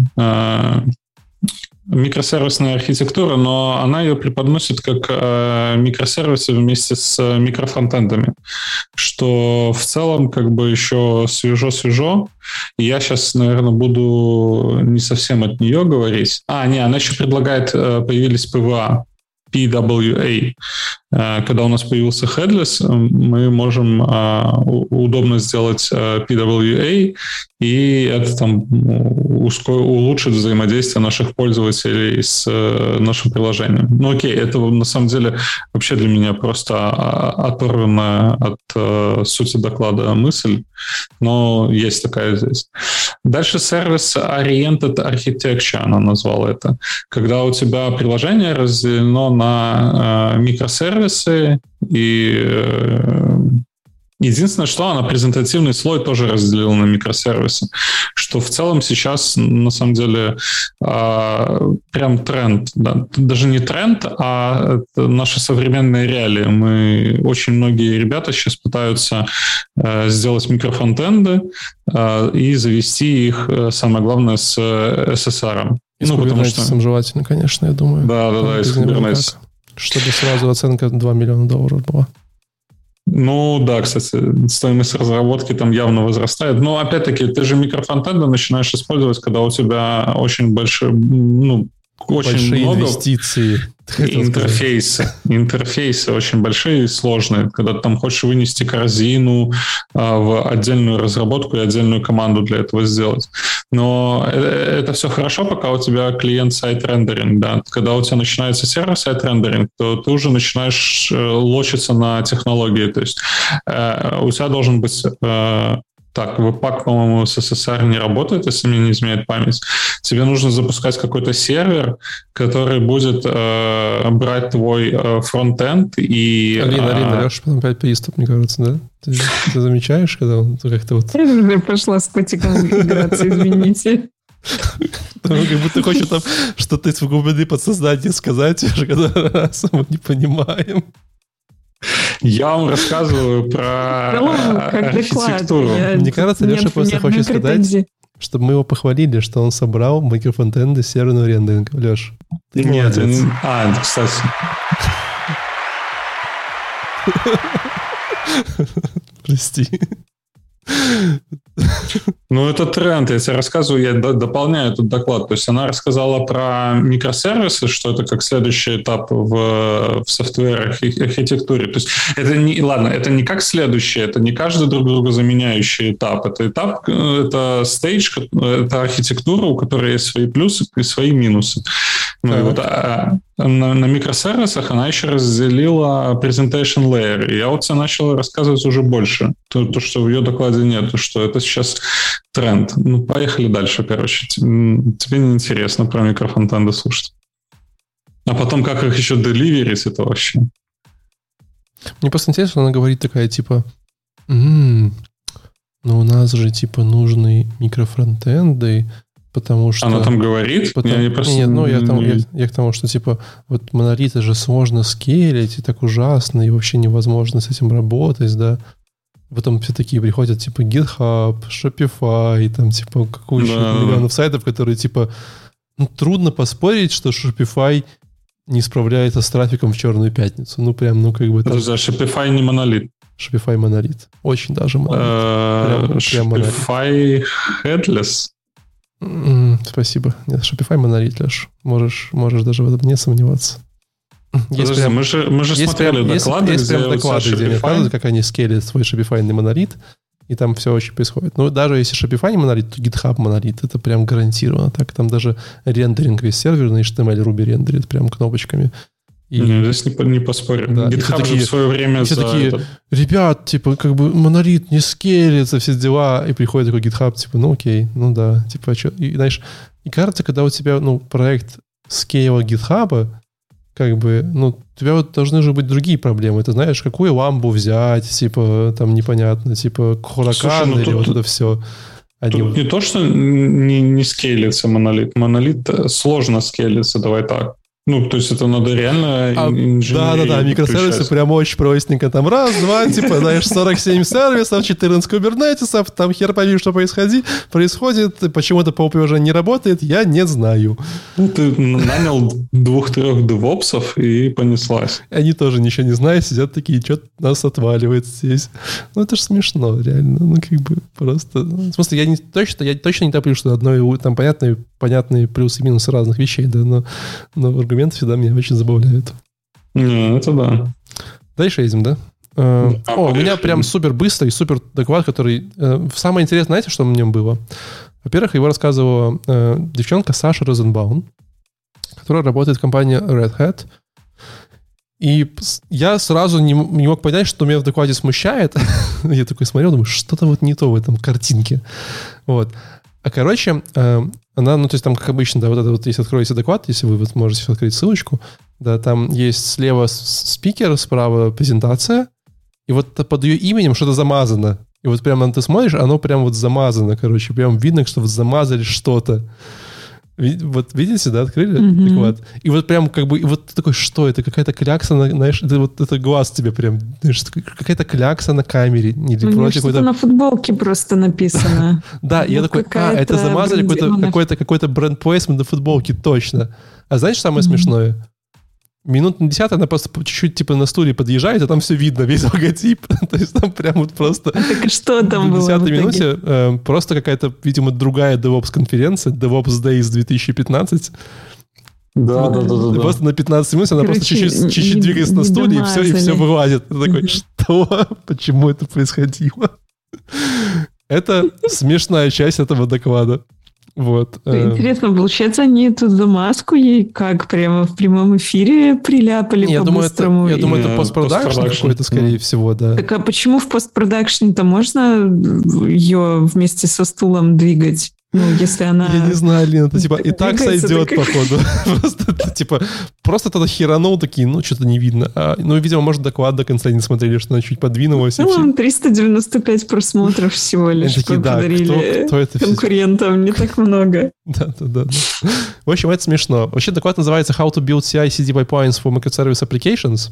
Микросервисная архитектура, но она ее преподносит как э, микросервисы вместе с микрофронтендами, что в целом как бы еще свежо-свежо. И я сейчас, наверное, буду не совсем от нее говорить. А, не, она еще предлагает, э, появились пи ви эй, пи дабл ю эй. Когда у нас появился headless, мы можем uh, удобно сделать uh, пи дабл ю эй, и это там ускор... улучшит взаимодействие наших пользователей с uh, нашим приложением. Ну окей, это на самом деле вообще для меня просто оторванная от uh, сути доклада мысль, но есть такая здесь. Дальше сервис Oriented Architecture, она назвала это. Когда у тебя приложение разделено на uh, микросервисы, и э, единственное, что она презентативный слой тоже разделила на микросервисы, что в целом сейчас на самом деле э, прям тренд, да? Даже не тренд, а это наши современные реалии. Мы, очень многие ребята сейчас пытаются э, сделать микрофронтенды э, и завести их, самое главное, с эс эс ар. И ну, с Kubernetes желательно, конечно, я думаю. Да, да, да, и с Kubernetes. Чтобы сразу оценка два миллиона долларов была. Ну да, кстати, стоимость разработки там явно возрастает. Но опять-таки, ты же микрофронтенды начинаешь использовать, когда у тебя очень большие, ну, очень большие много инвестиции. Интерфейсы. Интерфейсы очень большие и сложные. Когда ты там хочешь вынести корзину а, в отдельную разработку и отдельную команду для этого сделать. Но это, это все хорошо, пока у тебя клиент-сайт рендеринг. Да? Когда у тебя начинается сервер-сайт рендеринг, то ты уже начинаешь лочиться на технологии. То есть э, у тебя должен быть... Э, Так, веб-пак, по-моему, с эс эс ар не работает, если мне не изменяет память. Тебе нужно запускать какой-то сервер, который будет э, брать твой э, фронтенд и... Алина, э, Алина, Леша потом опять приступ, мне кажется, да? Ты, ты замечаешь, когда он как-то вот... Я уже пошла с котиком играться, извините. Как будто хочет там что-то из глубины подсознания сказать, уже когда раз мы не понимаем. Я вам рассказываю про архитектуру. Мне кажется, Леша просто хочет сказать, чтобы мы его похвалили, что он собрал микрофронтенды серверного рендеринга. Леш, ты Нет, не... А, кстати. Прости. Ну, это тренд, я тебе рассказываю, я дополняю этот доклад. То есть она рассказала про микросервисы, что это как следующий этап в, в софтвер-архитектуре. То есть это не, ладно, это не как следующий, это не каждый друг друга заменяющий этап. Это этап, это стейдж, это архитектура, у которой есть свои плюсы и свои минусы. Ну, и вот, а, на, на микросервисах она еще разделила presentation layer. И я вот тебе начал рассказывать уже больше. То, то, что в ее докладе нет, что это сейчас тренд. Ну, поехали дальше, короче. Тебе неинтересно про микрофронтенды слушать. А потом, как их еще деливерить, это вообще... Мне просто интересно, что она говорит такая, типа, м-м, ну у нас же, типа, нужны микрофронтенды, потому что... Она там говорит? Потому... Я, я просто... Нет, ну я, там, я, я к тому, что, типа, вот монолиты же сложно скейлить, и так ужасно, и вообще невозможно с этим работать, да. Потом все такие приходят, типа, GitHub, Shopify, там, типа, какую-то да. миллионов сайтов, которые, типа, ну, трудно поспорить, что Shopify не справляется с трафиком в Черную пятницу. Ну, прям, ну, как бы... Там... Shopify не монолит. Shopify монолит. Очень даже монолит. Прям, прям Shopify headless? Mm, спасибо. Нет, Shopify монолит, Леш. Можешь, можешь даже в этом не сомневаться. Есть Подожди, прям, мы же, мы же смотрели прям, доклады, есть, где, есть прям доклады, Shopify... где они рассказывают, как они скейлят свой Shopify монолит, и там все очень происходит. Ну, даже если Shopify не монолит, то GitHub монолит. Это прям гарантированно так. Там даже рендеринг весь сервер на эйч ти эм эл Ruby рендерит прям кнопочками. И... Не, здесь не, не поспорим. Да. GitHub такие, же в свое время... Все за такие, этот... ребят, типа, как бы монолит не скейлится, все дела. И приходит такой GitHub, типа, ну окей, ну да. Типа, а что? И, знаешь, и кажется, когда у тебя, ну, проект скейла GitHub, как бы, ну, у тебя вот должны же быть другие проблемы. Ты знаешь, какую ламбу взять, типа, там непонятно, типа, Huracan ну, или тут, вот это все. Тут вот... не то, что не, не скейлится монолит. Монолит сложно скейлится, давай так. Ну, то есть это надо реально а, да-да-да, микросервисы прям очень простенько. Там раз, два, типа, знаешь, сорок семь сервисов, четырнадцать кубернетисов, там хер пойми, что происходит, происходит, почему-то по о пи уже не работает, я не знаю. Ну, ты нанял двух-трех девопсов и понеслась. Они тоже ничего не знают, сидят такие, что-то нас отваливает здесь. Ну, это же смешно, реально. Ну, как бы просто... В смысле, я, не, точно, я точно не топлю, что одно, там понятные, понятные плюсы и минусы разных вещей, да, но, но аргументы всегда меня очень забавляют. Не, это да. Дальше едем, да? А, О, у меня прям супер быстрый, супер доклад, который... Э, самое интересное, знаете, что в нем было? Во-первых, его рассказывала э, девчонка Саша Розенбаум, которая работает в компании Red Hat. И я сразу не, не мог понять, что меня в докладе смущает. Я такой смотрел, думаю, что-то вот не то в этом картинке. Вот. А короче, э, она, ну, то есть там, как обычно, да, вот это вот, если откроете доклад, если вы вот можете открыть ссылочку, да, там есть слева спикер, справа презентация, и вот под ее именем что-то замазано. И вот прямо ты смотришь, оно прям вот замазано, короче, прям видно, что вот замазали что-то. Вот видите, да, открыли mm-hmm. доклад? И вот прям как бы, и вот ты такой, что это? Какая-то клякса, на, знаешь, это вот это глаз тебе прям, знаешь, какая-то клякса на камере. Или ну, что-то какой-то... на футболке просто написано. Да, и я такой, а, это замазали какой-то бренд-плейсмент на футболке, точно. А знаешь, самое смешное? Минут на десятый она просто чуть-чуть типа на стуле подъезжает, а там все видно, весь логотип. То есть там прям вот просто... А так что там было в десятой минуте э, просто какая-то, видимо, другая DevOps-конференция, DevOps Days две тысячи пятнадцать. Да, вот, да, да, да. Просто на пятнадцать минут она просто чуть-чуть, чуть-чуть не, двигается на стуле, и все, и все вылазит. Ты такой, что? Почему это происходило? Это смешная часть этого доклада. Вот. Интересно, получается, они эту замазку ей как прямо в прямом эфире приляпали я по-быстрому? Думаю, это, я думаю, это постпродакшн какой-то, скорее всего, да. Так а почему в постпродакшне-то можно ее вместе со стулом двигать? Ну, если она... Я не знаю, Лина, это типа и так сойдет, так... походу. Просто, типа, просто тогда херанул такие, ну, что-то не видно. А, ну, видимо, может, доклад до конца не смотрели, что она чуть подвинулась. Ну, вам триста девяносто пять просмотров всего лишь такие, да, подарили кто, кто это конкурентам, не так много. Да-да-да. В общем, это смешно. Вообще, доклад называется «How to build си ай-си ди pipelines for microservice applications».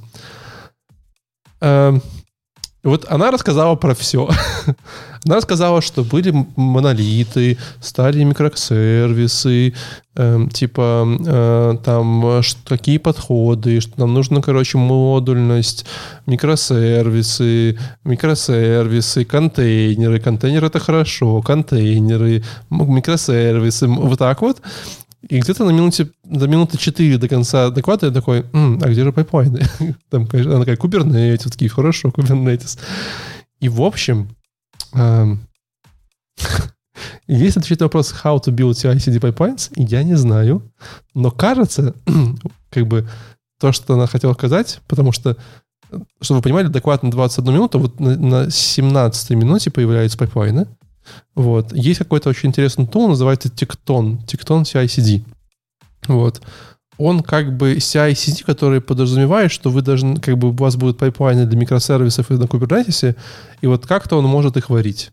Вот она рассказала про все. Она рассказала, что были монолиты, стали микросервисы, э, типа э, там какие подходы, что нам нужно, короче, модульность, микросервисы, микросервисы, контейнеры. Контейнеры — это хорошо, контейнеры, микросервисы, вот так вот. И где-то на минуте, до минуты четыре до конца доклада я такой, М, а где же пайплайны? Там, конечно, она такая, Kubernetes, такие, хорошо, Kubernetes. И в общем, эм, Если отвечать на вопрос how to build си ай си ди pipelines, я не знаю. Но кажется, как бы то, что она хотела сказать, потому что, чтобы вы понимали, доклад на двадцать одну минуту, вот на, на семнадцатой минуте появляются пайплайны. Вот. Есть какой-то очень интересный тул, называется Tekton. Tekton си ай си ди. Вот. Он как бы си ай си ди, который подразумевает, что вы должны, как бы у вас будут пайплайны для микросервисов и на Kubernetes, и вот как-то он может их варить.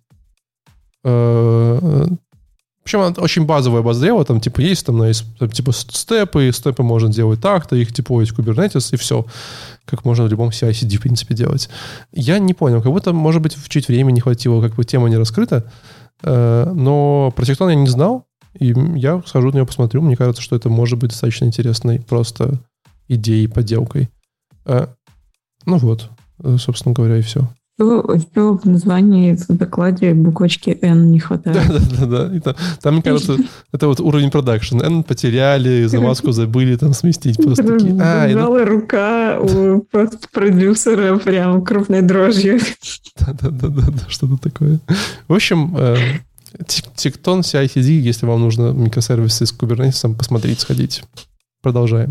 Причем она очень базовая база древа, там типа есть там, там типа степы, степы можно делать так-то, их деплоить в Kubernetes, и все. Как можно в любом си ай си ди, в принципе, делать. Я не понял, как будто, может быть, чуть времени не хватило, как бы тема не раскрыта, но про Tekton я не знал, и я схожу на него посмотрю. Мне кажется, что это может быть достаточно интересной просто идеей, поделкой. Ну вот, собственно говоря, и все. В названии в докладе буквочки N не хватает. Да-да-да. Там, там, мне кажется, это вот уровень продакшн. N потеряли, замазку забыли там сместить. Просто такие. А, Сжала рука у продюсера прям крупной дрожью. Да-да-да, что-то такое. В общем, Tekton си ай си ди, если вам нужно микросервисы с Kubernetes, посмотреть, сходить. Продолжаем.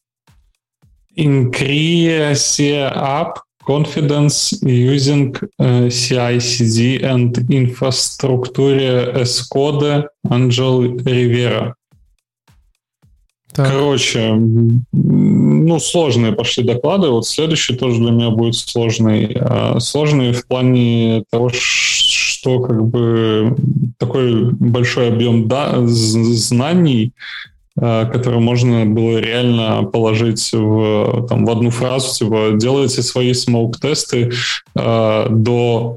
Increase up confidence using uh, си ай си ди and infrastructure as code Angel Rivera. Так. Короче, ну, сложные пошли доклады. Вот следующий тоже для меня будет сложный. Сложный в плане того, что как бы такой большой объем да, знаний, которые можно было реально положить в, там, в одну фразу, типа делайте свои смоук-тесты э, до,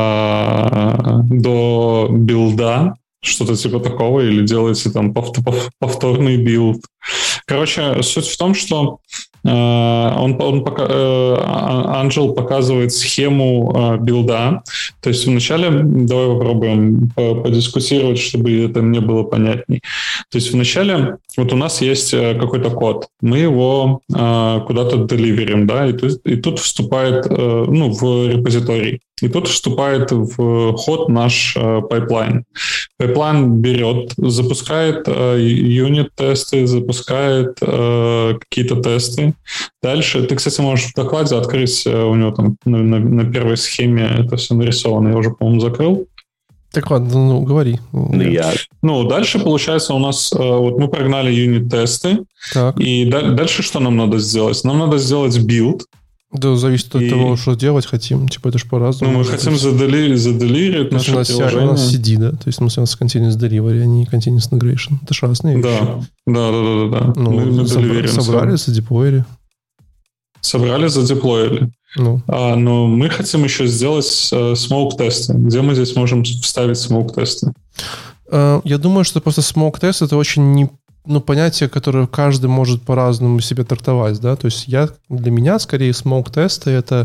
э, до билда, что-то типа такого, или делайте там повторный билд. Короче, суть в том, что э, он, он пока, э, Angel показывает схему э, билда. То есть вначале, давай попробуем подискутировать, чтобы это мне было понятней. То есть вначале вот у нас есть какой-то код, мы его э, куда-то деливерим, да, и тут, и тут вступает, э, ну, в репозиторий. И тут вступает в ход наш э, пайплайн. Пайплайн берет, запускает э, юнит-тесты, запускает э, какие-то тесты. Дальше, ты, кстати, можешь в докладе открыть, э, у него там на, на, на первой схеме это все нарисовано, я уже, по-моему, закрыл. Так ладно, ну, говори. Ну, я... ну дальше, получается, у нас, э, вот мы прогнали юнит-тесты, так. И да, дальше что нам надо сделать? Нам надо сделать билд. Да, зависит от и... того, что делать хотим. Типа это же по-разному. Ну, мы хотим задели... заделирить наше приложение. У нас си ди, да? То есть у нас Continuous Delivery, а не Continuous Integration. Это же разные вещи. Да, да, да, да. да. Ну, мы, мы собрали, собрали, задеплоили. Собрали, задеплоили. Ну. А, но мы хотим еще сделать смоук-тесты. Где мы здесь можем вставить смоук-тесты? Uh, я думаю, что просто смоук-тест — это очень не ну, понятие, которое каждый может по-разному себе трактовать, да, то есть я, для меня скорее смоук-тесты — это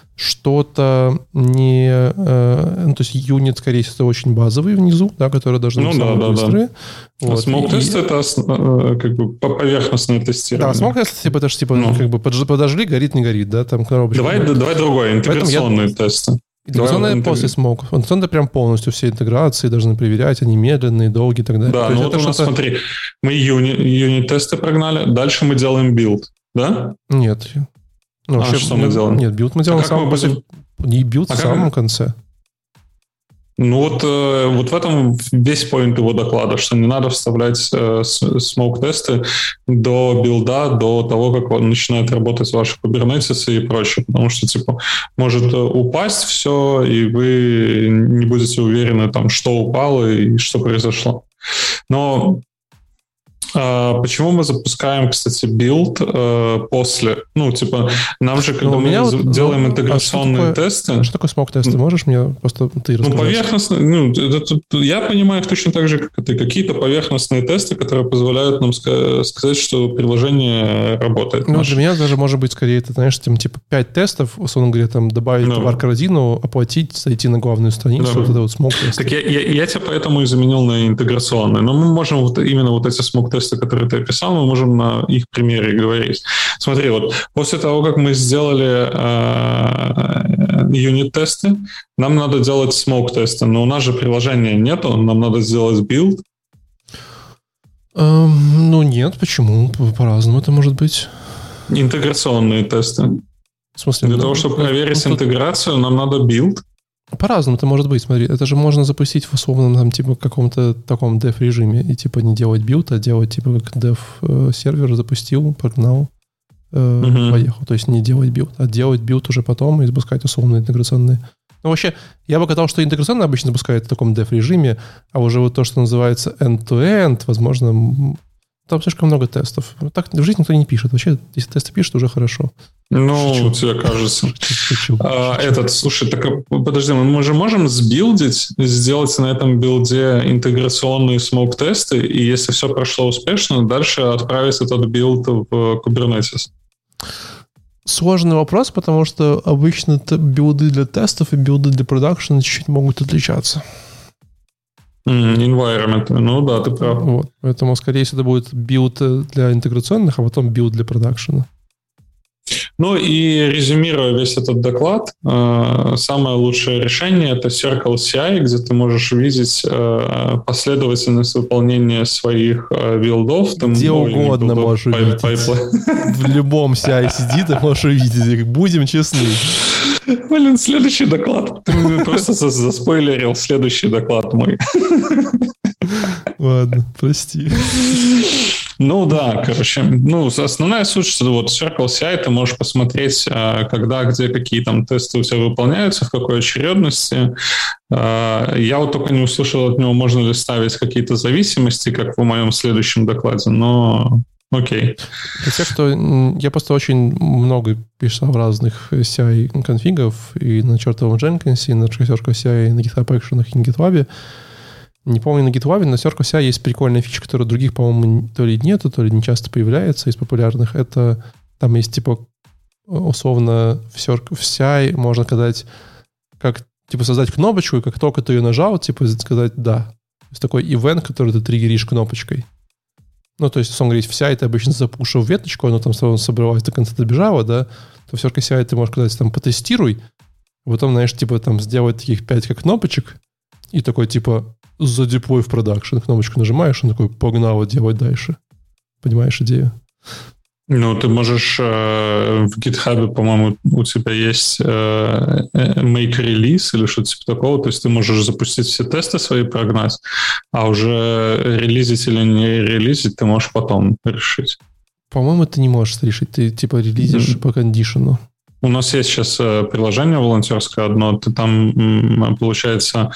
что-то не... Э, ну, то есть юнит, скорее всего, это очень базовый внизу, да, которые должны быть ну, самые да, быстрые. Да, да. Вот. А смоук-тесты — это как бы поверхностное тестирование. Да, смоук-тесты типа, это же типа ну. как бы подожгли, горит, не горит, да, там коробочка. Давай, давай другое, интеграционные я... тесты. Интеграционные Давай, после смог. Интеграционные прям полностью все интеграции должны проверять, они медленные, долгие и так далее. Да, То ну вот у нас, смотри, мы юни, юнит-тесты прогнали, дальше мы делаем билд, да? Нет. Ну, а вообще, что мы делаем? Нет, билд мы делаем а в самом, будем... не билд а в самом мы... конце. Ну вот, э, вот в этом весь поинт его доклада, что не надо вставлять э, смоук-тесты до билда, до того, как он начинает работать ваши Kubernetes и прочее, потому что типа может упасть все, и вы не будете уверены, там, что упало и что произошло. Но Uh, почему мы запускаем, кстати, билд uh, после? Ну, типа, нам же, когда ну, мы вот, делаем ну, интеграционные а что тесты... Такое, что такое смоук-тесты? Можешь мне просто ты рассказать? Ну, поверхностные... Ну, это, я понимаю точно так же, как и ты. Какие-то поверхностные тесты, которые позволяют нам ска- сказать, что приложение работает. Ну, наше. Для меня даже может быть, скорее, это, знаешь, там, типа, пять тестов, условно говоря, там, добавить no. товар в корзину, оплатить, зайти на главную страницу, no. вот это вот смоук-тесты. Так я, я, я тебя поэтому и заменил на интеграционные. Но мы можем вот именно вот эти смоук-тесты смоук-тесты, которые ты описал, мы можем на их примере говорить. Смотри, вот после того, как мы сделали э, юнит-тесты, нам надо делать смоук-тесты, но у нас же приложения нету, нам надо сделать билд. Эм, ну нет, почему? По-разному это может быть. Интеграционные тесты. В смысле? Для ну, того, чтобы ну, проверить ну, интеграцию, нам надо билд. По-разному это может быть, смотри. Это же можно запустить в условном там, типа, каком-то таком дев-режиме и типа не делать билд, а делать типа как дев-сервер запустил, погнал, э, uh-huh. поехал. То есть не делать билд, а делать билд уже потом и запускать условно интеграционные. Ну, вообще, я бы сказал, что интеграционно обычно запускают в таком дев-режиме, а уже вот то, что называется end-to-end, возможно, там слишком много тестов. Так в жизни никто не пишет. Вообще, если тесты пишут, уже хорошо. Ну, Шучу. тебе кажется. Шучу, шучу, а, шучу. Этот, слушай, так подожди, мы же можем сбилдить, сделать на этом билде интеграционные смоук-тесты, и если все прошло успешно, дальше отправить этот билд в Kubernetes. Сложный вопрос, потому что обычно билды для тестов и билды для продакшена чуть-чуть могут отличаться. Environment. Ну да, ты прав. Вот. Поэтому, скорее всего, это будет билд для интеграционных, а потом билд для продакшена. Ну и резюмируя весь этот доклад, самое лучшее решение — это Circle си ай, где ты можешь видеть последовательность выполнения своих билдов. Где угодно можешь увидеть. В любом си ай си ди ты можешь увидеть их. Будем честны. Блин, следующий доклад. Ты просто заспойлерил следующий доклад мой. Ладно, прости. Ну да, короче, ну основная суть, что вот Circle си ай ты можешь посмотреть, когда, где, какие там тесты у тебя выполняются, в какой очередности. Я вот только не услышал от него, можно ли ставить какие-то зависимости, как в моем следующем докладе, но окей. Для тех, что я просто очень много писал разных си ай-конфигов и на чертовом Jenkins, и на Circle си ай, и на GitHub Action, и на GitLab. Не помню, на GitLab, на Circle си ай есть прикольная фича, которая у других, по-моему, то ли нету, то ли не часто появляется из популярных. Это там есть, типа, условно, в си ай можно сказать, как, типа, создать кнопочку, и как только ты ее нажал, типа, сказать «да». То есть такой ивент, который ты триггеришь кнопочкой. Ну, то есть, условно говоря, в си ай ты обычно запушил веточку, оно там сразу собралось, до конца добежало, да, то в Circle си ай ты можешь сказать, там, потестируй, потом, знаешь, типа, там, сделать таких пять как кнопочек, и такой, типа, задеплой в продакшн, кнопочку нажимаешь, он такой, погнало делать дальше. Понимаешь идею? Ну, ты можешь э, в GitHub, по-моему, у тебя есть э, make release или что-то типа такого, то есть ты можешь запустить все тесты свои, прогнать, а уже релизить или не релизить ты можешь потом решить. По-моему, ты не можешь решить, ты типа релизишь mm-hmm. по кондишену. У нас есть сейчас приложение волонтерское одно, ты там, получается,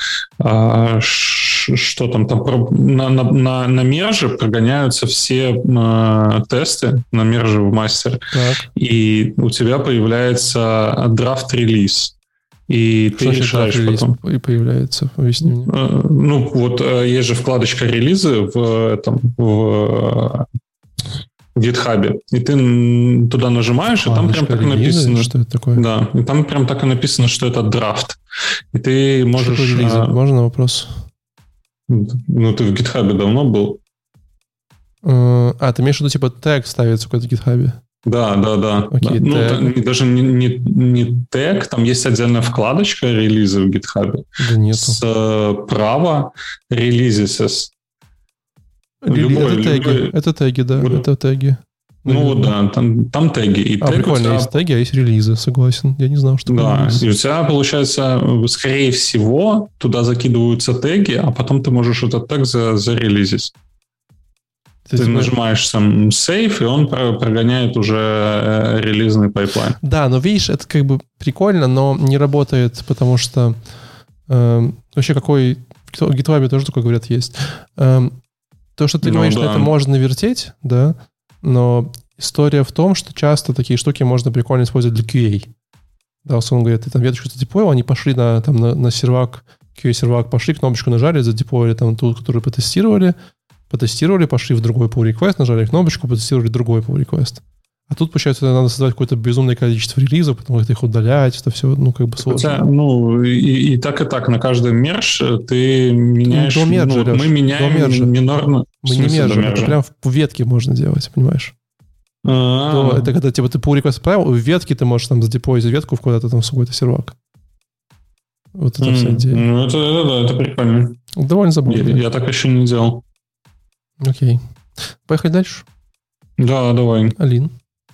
что там, там на, на, на мерже прогоняются все тесты, на мерже в мастер, так. И у тебя появляется драфт-релиз. И что ты решаешь потом. И появляется, объясни мне. Ну, вот есть же вкладочка релизы в этом, в в GitHub, и ты туда нажимаешь, а, и там прям так написано, что это такое? Да, и там прям так и написано, что это драфт. И ты можешь... А, можно вопрос? Ну, ты в GitHub давно был. А, ты имеешь в виду, типа, тег ставится в какой-то GitHub? Да, да, да. Окей, да. Ну, даже не, не, не тег, там есть отдельная вкладочка релизы в GitHub. Да нету. Справа релизис. Любой, это, теги. Любой... это теги, да, вот. Это теги. Ну вот да, там, там теги. И а, тег прикольно, тебя... есть теги, а есть релизы, согласен. Я не знал, что да, и у тебя, получается, скорее всего, туда закидываются теги, а потом ты можешь этот тег за, зарелизить. Ты, ты нажимаешь там save, и он прогоняет уже релизный пайплайн. Да, но видишь, это как бы прикольно, но не работает, потому что э, вообще какой... В GitLab тоже такое, говорят, есть. Э, То, что ты ну, говоришь, да. это можно вертеть, да, но история в том, что часто такие штуки можно прикольно использовать для кью эй. Да, условно говоря, ты там веточку задеплоил, они пошли на, там, на, на сервак, кью эй-сервак, пошли, кнопочку нажали, задеплоили там ту, которую потестировали, потестировали, пошли в другой pull request, нажали кнопочку, потестировали другой pull request. А тут, получается, надо создать какое-то безумное количество релизов, потому что их удалять, это все, ну, как бы сложно. Хотя, ну, и, и так, и так на каждый мерж ты меняешь... Ну, до мерджа, ну, Леш, мы меняем минорно... Мы не мержим, это прям в ветке можно делать, понимаешь? То это когда типа ты pull request отправил, в ветке ты можешь там задепоить ветку в куда-то там в какой-то сервак. Вот это mm, вся идея. Ну, это, это, да, это прикольно. Довольно забавно. Я, я так еще не делал. Окей. Поехали дальше? Да, давай. Алин.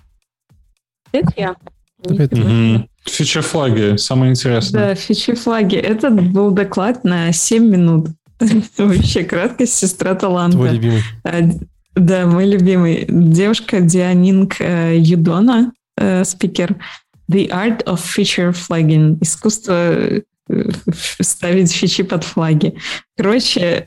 Это я. Угу. Фичер-флаги, самое интересное. Да, фичер-флаги. Этот был доклад на семь минут. Вообще краткость сестра таланта. Твой любимый. Да, мой любимый. Девушка Дианинг Юдона, спикер. The Art of Feature Flagging. Искусство ставить фичи под флаги. Короче,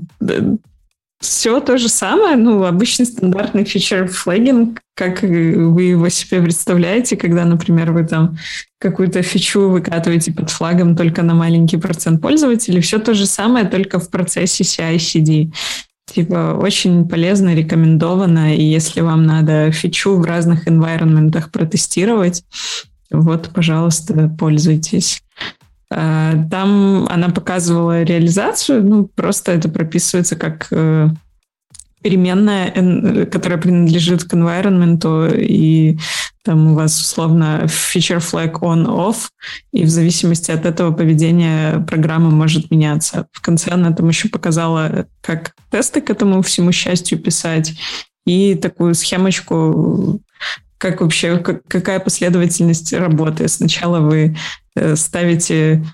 все то же самое, ну, обычный стандартный фичер флагинг, как вы его себе представляете, когда, например, вы там какую-то фичу выкатываете под флагом только на маленький процент пользователей, все то же самое, только в процессе си ай си ди. Типа, очень полезно, рекомендовано, и если вам надо фичу в разных environment'ах протестировать, вот, пожалуйста, пользуйтесь. Там она показывала реализацию, ну, просто это прописывается как э, переменная, которая принадлежит к environment, и там у вас условно feature flag on-off, и в зависимости от этого поведение программы может меняться. В конце она там еще показала, как тесты к этому всему счастью писать, и такую схемочку, как вообще, как, какая последовательность работы. Сначала вы ставите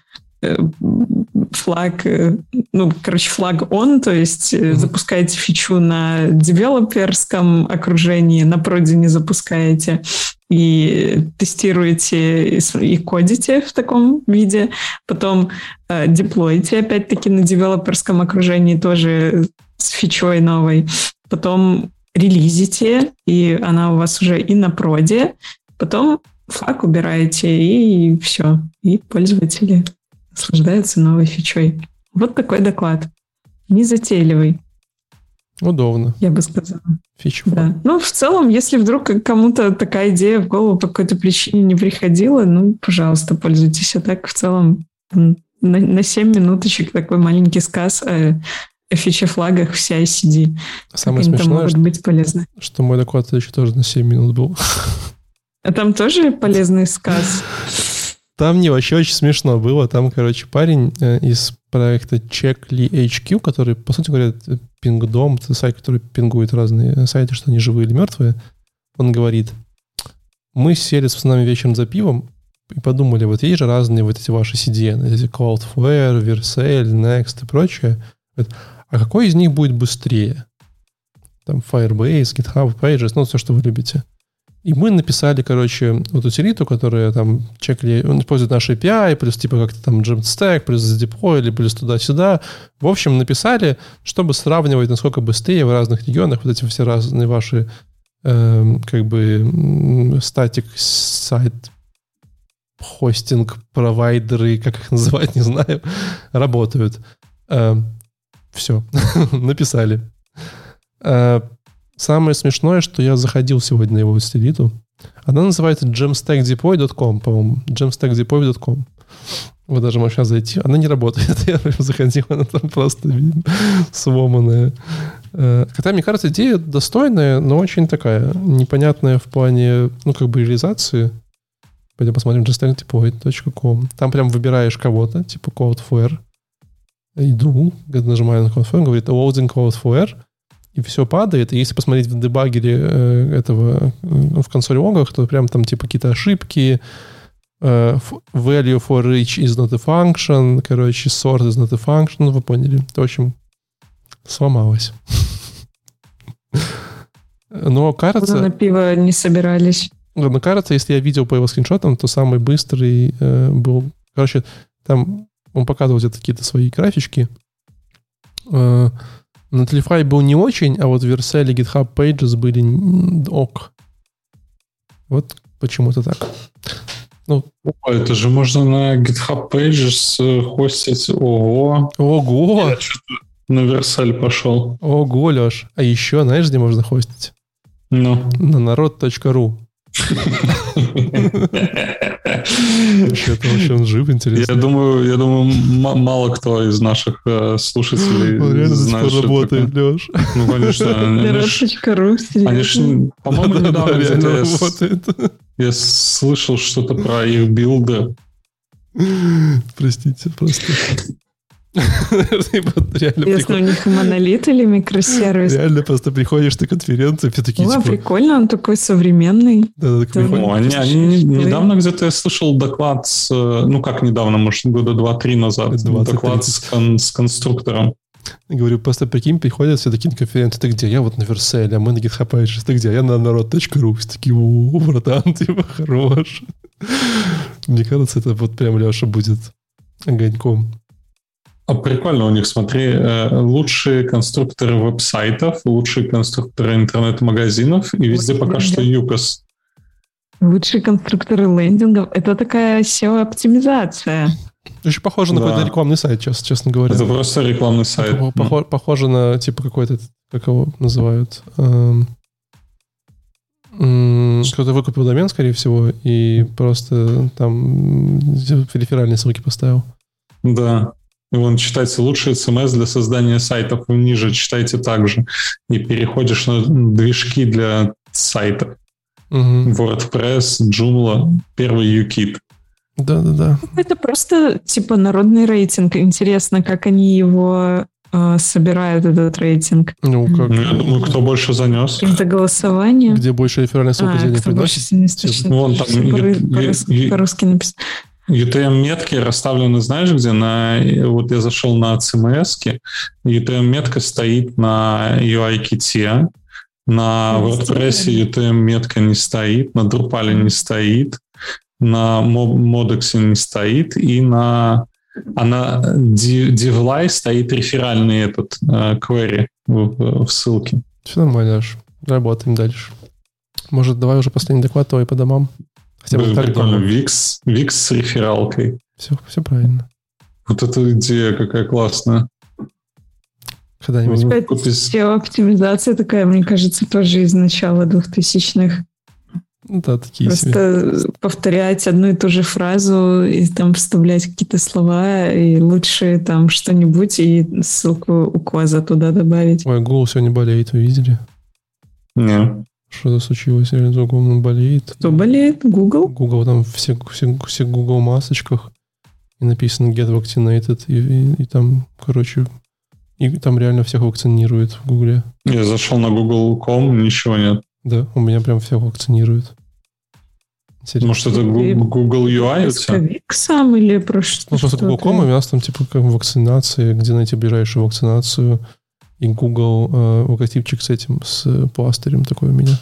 флаг, ну, короче, флаг on, то есть mm-hmm. запускаете фичу на девелоперском окружении, на проде не запускаете, и тестируете и кодите в таком виде. Потом э, деплоите, опять-таки, на девелоперском окружении тоже с фичой новой. Потом релизите, и она у вас уже и на проде. Потом флаг убираете, и все. И пользователи наслаждаются новой фичой. Вот такой доклад. Незатейливый. Удобно. Я бы сказала. Фича. Да. Ну, в целом, если вдруг кому-то такая идея в голову по какой-то причине не приходила, ну, пожалуйста, пользуйтесь. А так, в целом, на, на семь минуточек такой маленький сказ о, о фиче-флагах в си ай си ди. Самое смешное, могут что, быть полезны. Что мой доклад еще тоже на семь минут был. А там тоже полезный сказ? Там не вообще очень смешно было. Там, короче, парень э, из проекта Checkly эйч кью, который, по сути говоря, пингдом, это сайт, который пингует разные сайты, что они живые или мертвые. Он говорит, мы сели с пацанами вечером за пивом и подумали, вот есть же разные вот эти ваши си ди эн, эти Cloudflare, Vercel, Next и прочее. А какой из них будет быстрее? Там Firebase, GitHub, Pages, ну, все, что вы любите. И мы написали, короче, вот утилиту, которая там чекли, он использует наш эй пи ай, плюс типа как-то там Jamstack, плюс задеплоили, плюс туда-сюда. В общем, написали, чтобы сравнивать, насколько быстрее в разных регионах вот эти все разные ваши э, как бы статик сайт хостинг провайдеры, как их называть, не знаю, работают. Э, все, написали. Э, Самое смешное, что я заходил сегодня на его утилиту. Она называется jamstackdeploy точка com, по-моему. jamstackdeploy точка com. Вот даже можно сейчас зайти. Она не работает. Я заходил, она там просто сломанная. Хотя, мне кажется, идея достойная, но очень такая непонятная в плане, ну, как бы реализации. Пойдем посмотрим jamstackdeploy точка com. Там прям выбираешь кого-то, типа Cloudflare. Иду, нажимаю на Cloudflare, говорит loading Cloudflare. И все падает. И если посмотреть в дебагере э, этого э, в консоли логах, то прям там типа какие-то ошибки. Э, value for each is not a function. Короче, sort is not a function. Ну, вы поняли. В общем, сломалось. Но кажется... На пиво не собирались. Но кажется, если я видел по его скриншотам, то самый быстрый э, был... Короче, там он показывал где-то какие-то свои графички. Э, На Netlify был не очень, а вот Vercel и GitHub Pages были ок. Вот почему-то так. Ну, О, это же можно на GitHub Pages хостить. Ого. Ого! Я что-то на Vercel пошел. Ого, Леш. А еще, знаешь, где можно хостить? Ну. На народ точка ру. Это вообще он жив, интересно. Я думаю, я думаю, мало кто из наших слушателей он реально знает, что работает, Леш. Ну, конечно. Лерос.ру, Они ж, по-моему, недавно где-то я, работает. я слышал что-то про их билды. Простите, просто. Если у них монолит или микросервис. Реально просто приходишь на конференцию, все такие, О, типа... прикольно, он такой современный. Да, так О, они, они недавно где-то я слышал доклад с... Ну, как недавно, может, года два-три назад. Доклад с, кон, с конструктором. Я говорю, просто прикинь, приходят все такие на конференции. Ты где? Я вот на Vercel, а мы на GitHub Pages. Ты где? Я на народ.ру. Все такие, о, братан, типа, хорош. Мне кажется, это вот прям Леша будет огоньком. А прикольно у них, смотри, лучшие конструкторы веб-сайтов, лучшие конструкторы интернет-магазинов, и везде пока да. что юкос. Лучшие конструкторы лендингов. Это такая сео-оптимизация. Очень похоже на да. какой-то рекламный сайт, честно, честно говоря. Это просто рекламный сайт. Похоже, похоже на, типа, какой-то, как его называют... Кто-то выкупил домен, скорее всего, и просто там реферальные ссылки поставил. Да. И вон читайте лучшие эс эм эс для создания сайтов. Ниже читайте также. И переходишь на движки для сайтов. Угу. WordPress, Joomla, первый юкит. Да-да-да. Это просто типа народный рейтинг. Интересно, как они его э, собирают, этот рейтинг. Ну, как? Я думаю, кто больше занес. Это голосование. Где больше реферальных ссылок а, денег приносит. Вон там по-русски написано. ю ти эм-метки расставлены, знаешь, где? На, вот я зашел на си эм эс-ки, ю ти эм-метка стоит на ю ай-ките, на WordPress ю ти эм-метка не стоит, на Drupal не стоит, на Modex не стоит, и на, а на DevLi стоит реферальный этот uh, query в, в ссылке. Все нормально, Аш. Работаем дальше. Может, давай уже последний доклад твой по домам? Хотя бы так прикольно. Викс, Викс с рефералкой. Все, все правильно. Вот эта идея какая классная. Когда-нибудь. Оптимизация такая, мне кажется, тоже из начала двухтысячных. Да, такие Просто себе. Повторять одну и ту же фразу и там вставлять какие-то слова, и лучше там что-нибудь и ссылку указа туда добавить. Ой, Google сегодня болеет, вы видели? Нет. Что-то случилось, реально Google болеет. Кто болеет? Google? Google, там все, все, все Google масочках. И написано get vaccinated. И, и, и там, короче, и там реально всех вакцинируют в Гугле. Я зашел на google точка ком, ничего нет. Да, у меня прям всех вакцинируют. Интересно. Может, это Google ю ай у тебя? Сам или просто ну, просто Google точка ком, у нас там типа как вакцинация, где найти ближайшую вакцинацию. И Google э, логотипчик с этим, с пластырем такой у меня.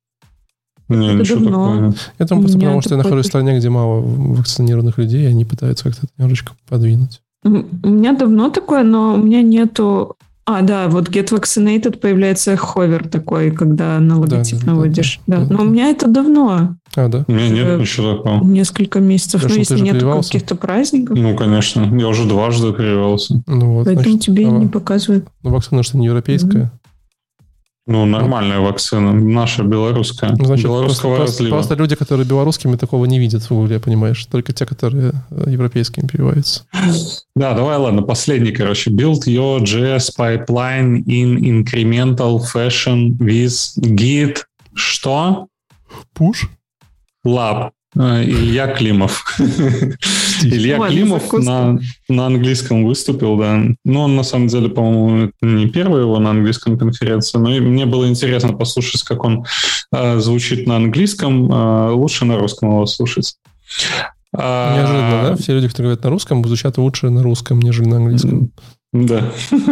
Не, это ничего такого. Я там просто потому, что я нахожусь в стране, где мало вакцинированных людей, и они пытаются как-то это немножечко подвинуть. У меня давно такое, но у меня нету... А, да, вот Get Vaccinated появляется ховер такой, когда на логотип да, наводишь. Да, да, да, да. Но да. У меня это давно. А, да? У меня нет ничего такого. Несколько месяцев. Конечно, но если нет прививался? Каких-то праздников. Ну, конечно. Я уже дважды прививался. Ну, вот, поэтому значит, тебе а, не показывают. Ну, вакцина, что не европейская. Mm-hmm. Ну, нормальная вакцина. Наша белорусская. Значит, белорусского просто, разлива. Просто люди, которые белорусскими, такого не видят в Гугле, понимаешь? Только те, которые европейскими прививаются. Да, давай, ладно, последний, короче. Build your джей эс pipeline in incremental fashion with Git. Что? Push? Lab. Илья Климов. Илья Ой, Климов на, на английском выступил, да. Но он, на самом деле, по-моему, не первый его на английском конференции, но мне было интересно послушать, как он э, звучит на английском. Э, лучше на русском его слушать. Неожиданно, а, да? Все люди, которые говорят на русском, звучат лучше на русском, нежели на английском. Да.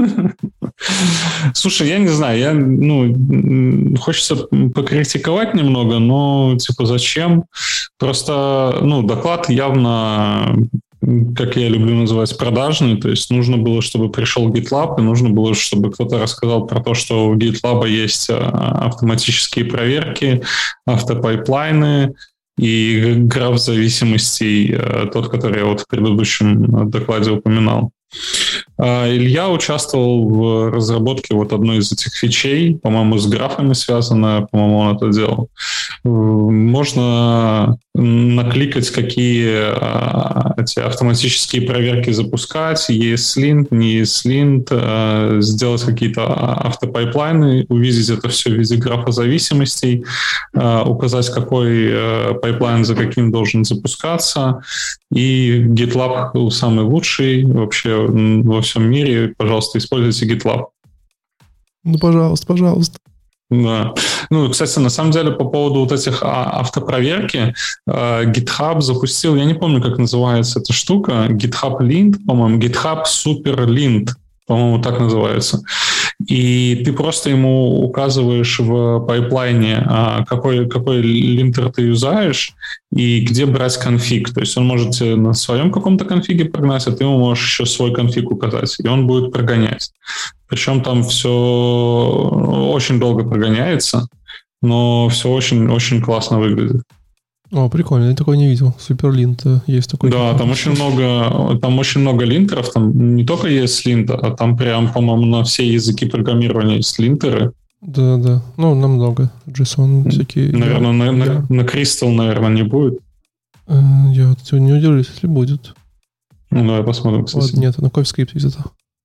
Слушай, я не знаю, я, ну, хочется покритиковать немного, но, типа, зачем? Просто, ну, доклад явно, как я люблю называть, продажный, то есть нужно было, чтобы пришел GitLab, и нужно было, чтобы кто-то рассказал про то, что у GitLab есть автоматические проверки, автопайплайны, и граф зависимостей, тот, который я вот в предыдущем докладе упоминал. Илья участвовал в разработке вот одной из этих фичей, по-моему, с графами связано, по-моему, он это делал. Можно накликать, какие эти автоматические проверки запускать, и эс линт, не и эс линт, сделать какие-то автопайплайны, увидеть это все в виде графа зависимостей, указать, какой пайплайн за каким должен запускаться. И GitLab самый лучший вообще во всем мире. Пожалуйста, используйте GitLab. Ну, пожалуйста, пожалуйста. Да. Ну, кстати, на самом деле, по поводу вот этих автопроверки, GitHub запустил, я не помню, как называется эта штука, GitHub Lint, по-моему, GitHub Super Lint, по-моему, так называется. И ты просто ему указываешь в пайплайне, какой, какой линтер ты юзаешь и где брать конфиг. То есть он может на своем каком-то конфиге прогнать, а ты ему можешь еще свой конфиг указать, и он будет прогонять. Причем там все очень долго прогоняется, но все очень-очень классно выглядит. О, прикольно, я такой не видел. Суперлинт есть такой. Да, там очень много, там очень много линтеров, там не только есть линт, а там прям, по-моему, на все языки программирования есть линтеры. Да, да. Ну, намного. JSON всякие. Наверное, я, на, я... на, на Crystal, наверное, не будет. Я вот не удивлюсь, если будет. Ну, давай посмотрим, кстати. Вот, нет, на CoffeeScript есть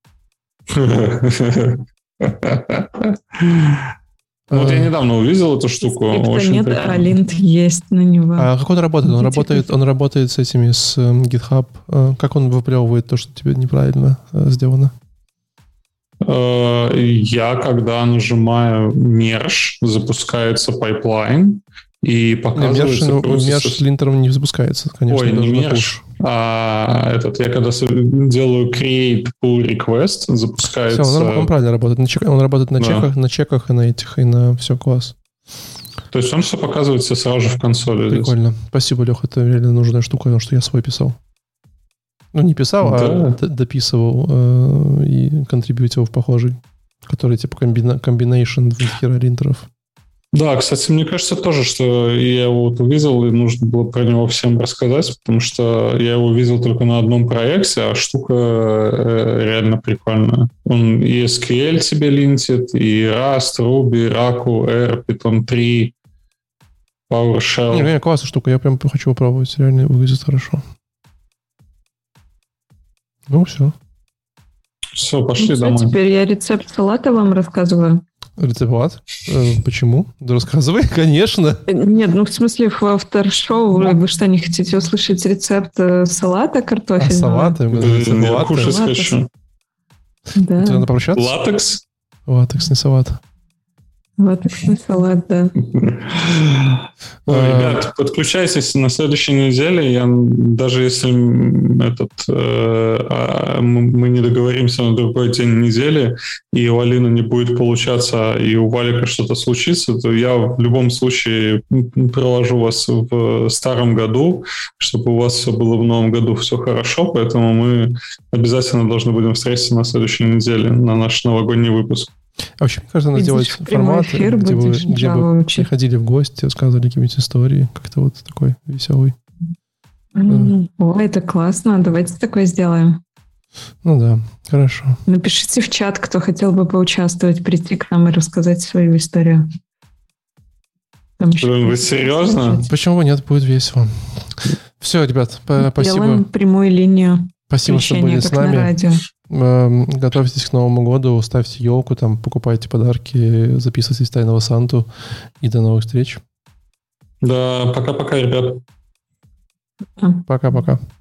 это. Вот я недавно увидел эту штуку. Очень нет, прикольно. А линт есть на него. А как он работает? Он работает, он работает с этими, с GitHub. Как он выплевывает то, что тебе неправильно сделано? Я, когда нажимаю мерж, запускается пайплайн, и показывается... Мерж с линтером не запускается, конечно. Ой, не мерж, а этот, я когда делаю create pull request, запускается... Все, он, он правильно работает. Он работает на, да. чеках, на чеках и на этих, и на все, класс. То есть он все показывает все сразу же в консоли. Прикольно. Здесь. Спасибо, Леха, это реально нужная штука, потому что я свой писал. Ну, не писал, да. а дописывал э, и контрибьютил в похожий, который типа комбина- комбинейшн хера линтеров. Да, кстати, мне кажется тоже, что я его вот увидел, и нужно было про него всем рассказать, потому что я его видел только на одном проекте, а штука реально прикольная. Он и эс кью эль тебе линтит, и Rust, Ruby, Raku, R, Python три, PowerShell. Не, реально классная штука, я прям хочу попробовать, реально выглядит хорошо. Ну, все. Все, пошли ну, домой. Все, теперь я рецепт салата вам рассказываю. Рецепт? Э, почему? Да рассказывай, конечно. Нет, ну в смысле в автор-шоу вы, вы что, не хотите услышать рецепт салата картофельного? А салата? Я кушать хочу. Да. Тебе надо прощаться? Латекс? Латексный салат. Латексный салат, да. Ой, ребят, подключайтесь на следующей неделе. Я, даже если этот, э, мы не договоримся на другой день недели, и у Алины не будет получаться, и у Валика что-то случится, то я в любом случае провожу вас в старом году, чтобы у вас все было в новом году все хорошо, поэтому мы обязательно должны будем встретиться на следующей неделе на наш новогодний выпуск. А вообще, мне кажется, надо делать формат, где, вы, где бы приходили в гости, рассказывали какие-нибудь истории, как-то вот такой веселый. Mm-hmm. О, это классно, давайте такое сделаем. Ну да, хорошо. Напишите в чат, кто хотел бы поучаствовать, прийти к нам и рассказать свою историю. Блин, вы серьезно? Почему нет, будет весело. Все, ребят, спасибо. Делаем прямую линию. Спасибо, что были с нами. Готовьтесь к Новому году, ставьте елку, там, покупайте подарки, записывайтесь в Тайного Санту. И до новых встреч. Да, пока-пока, ребят. Пока-пока.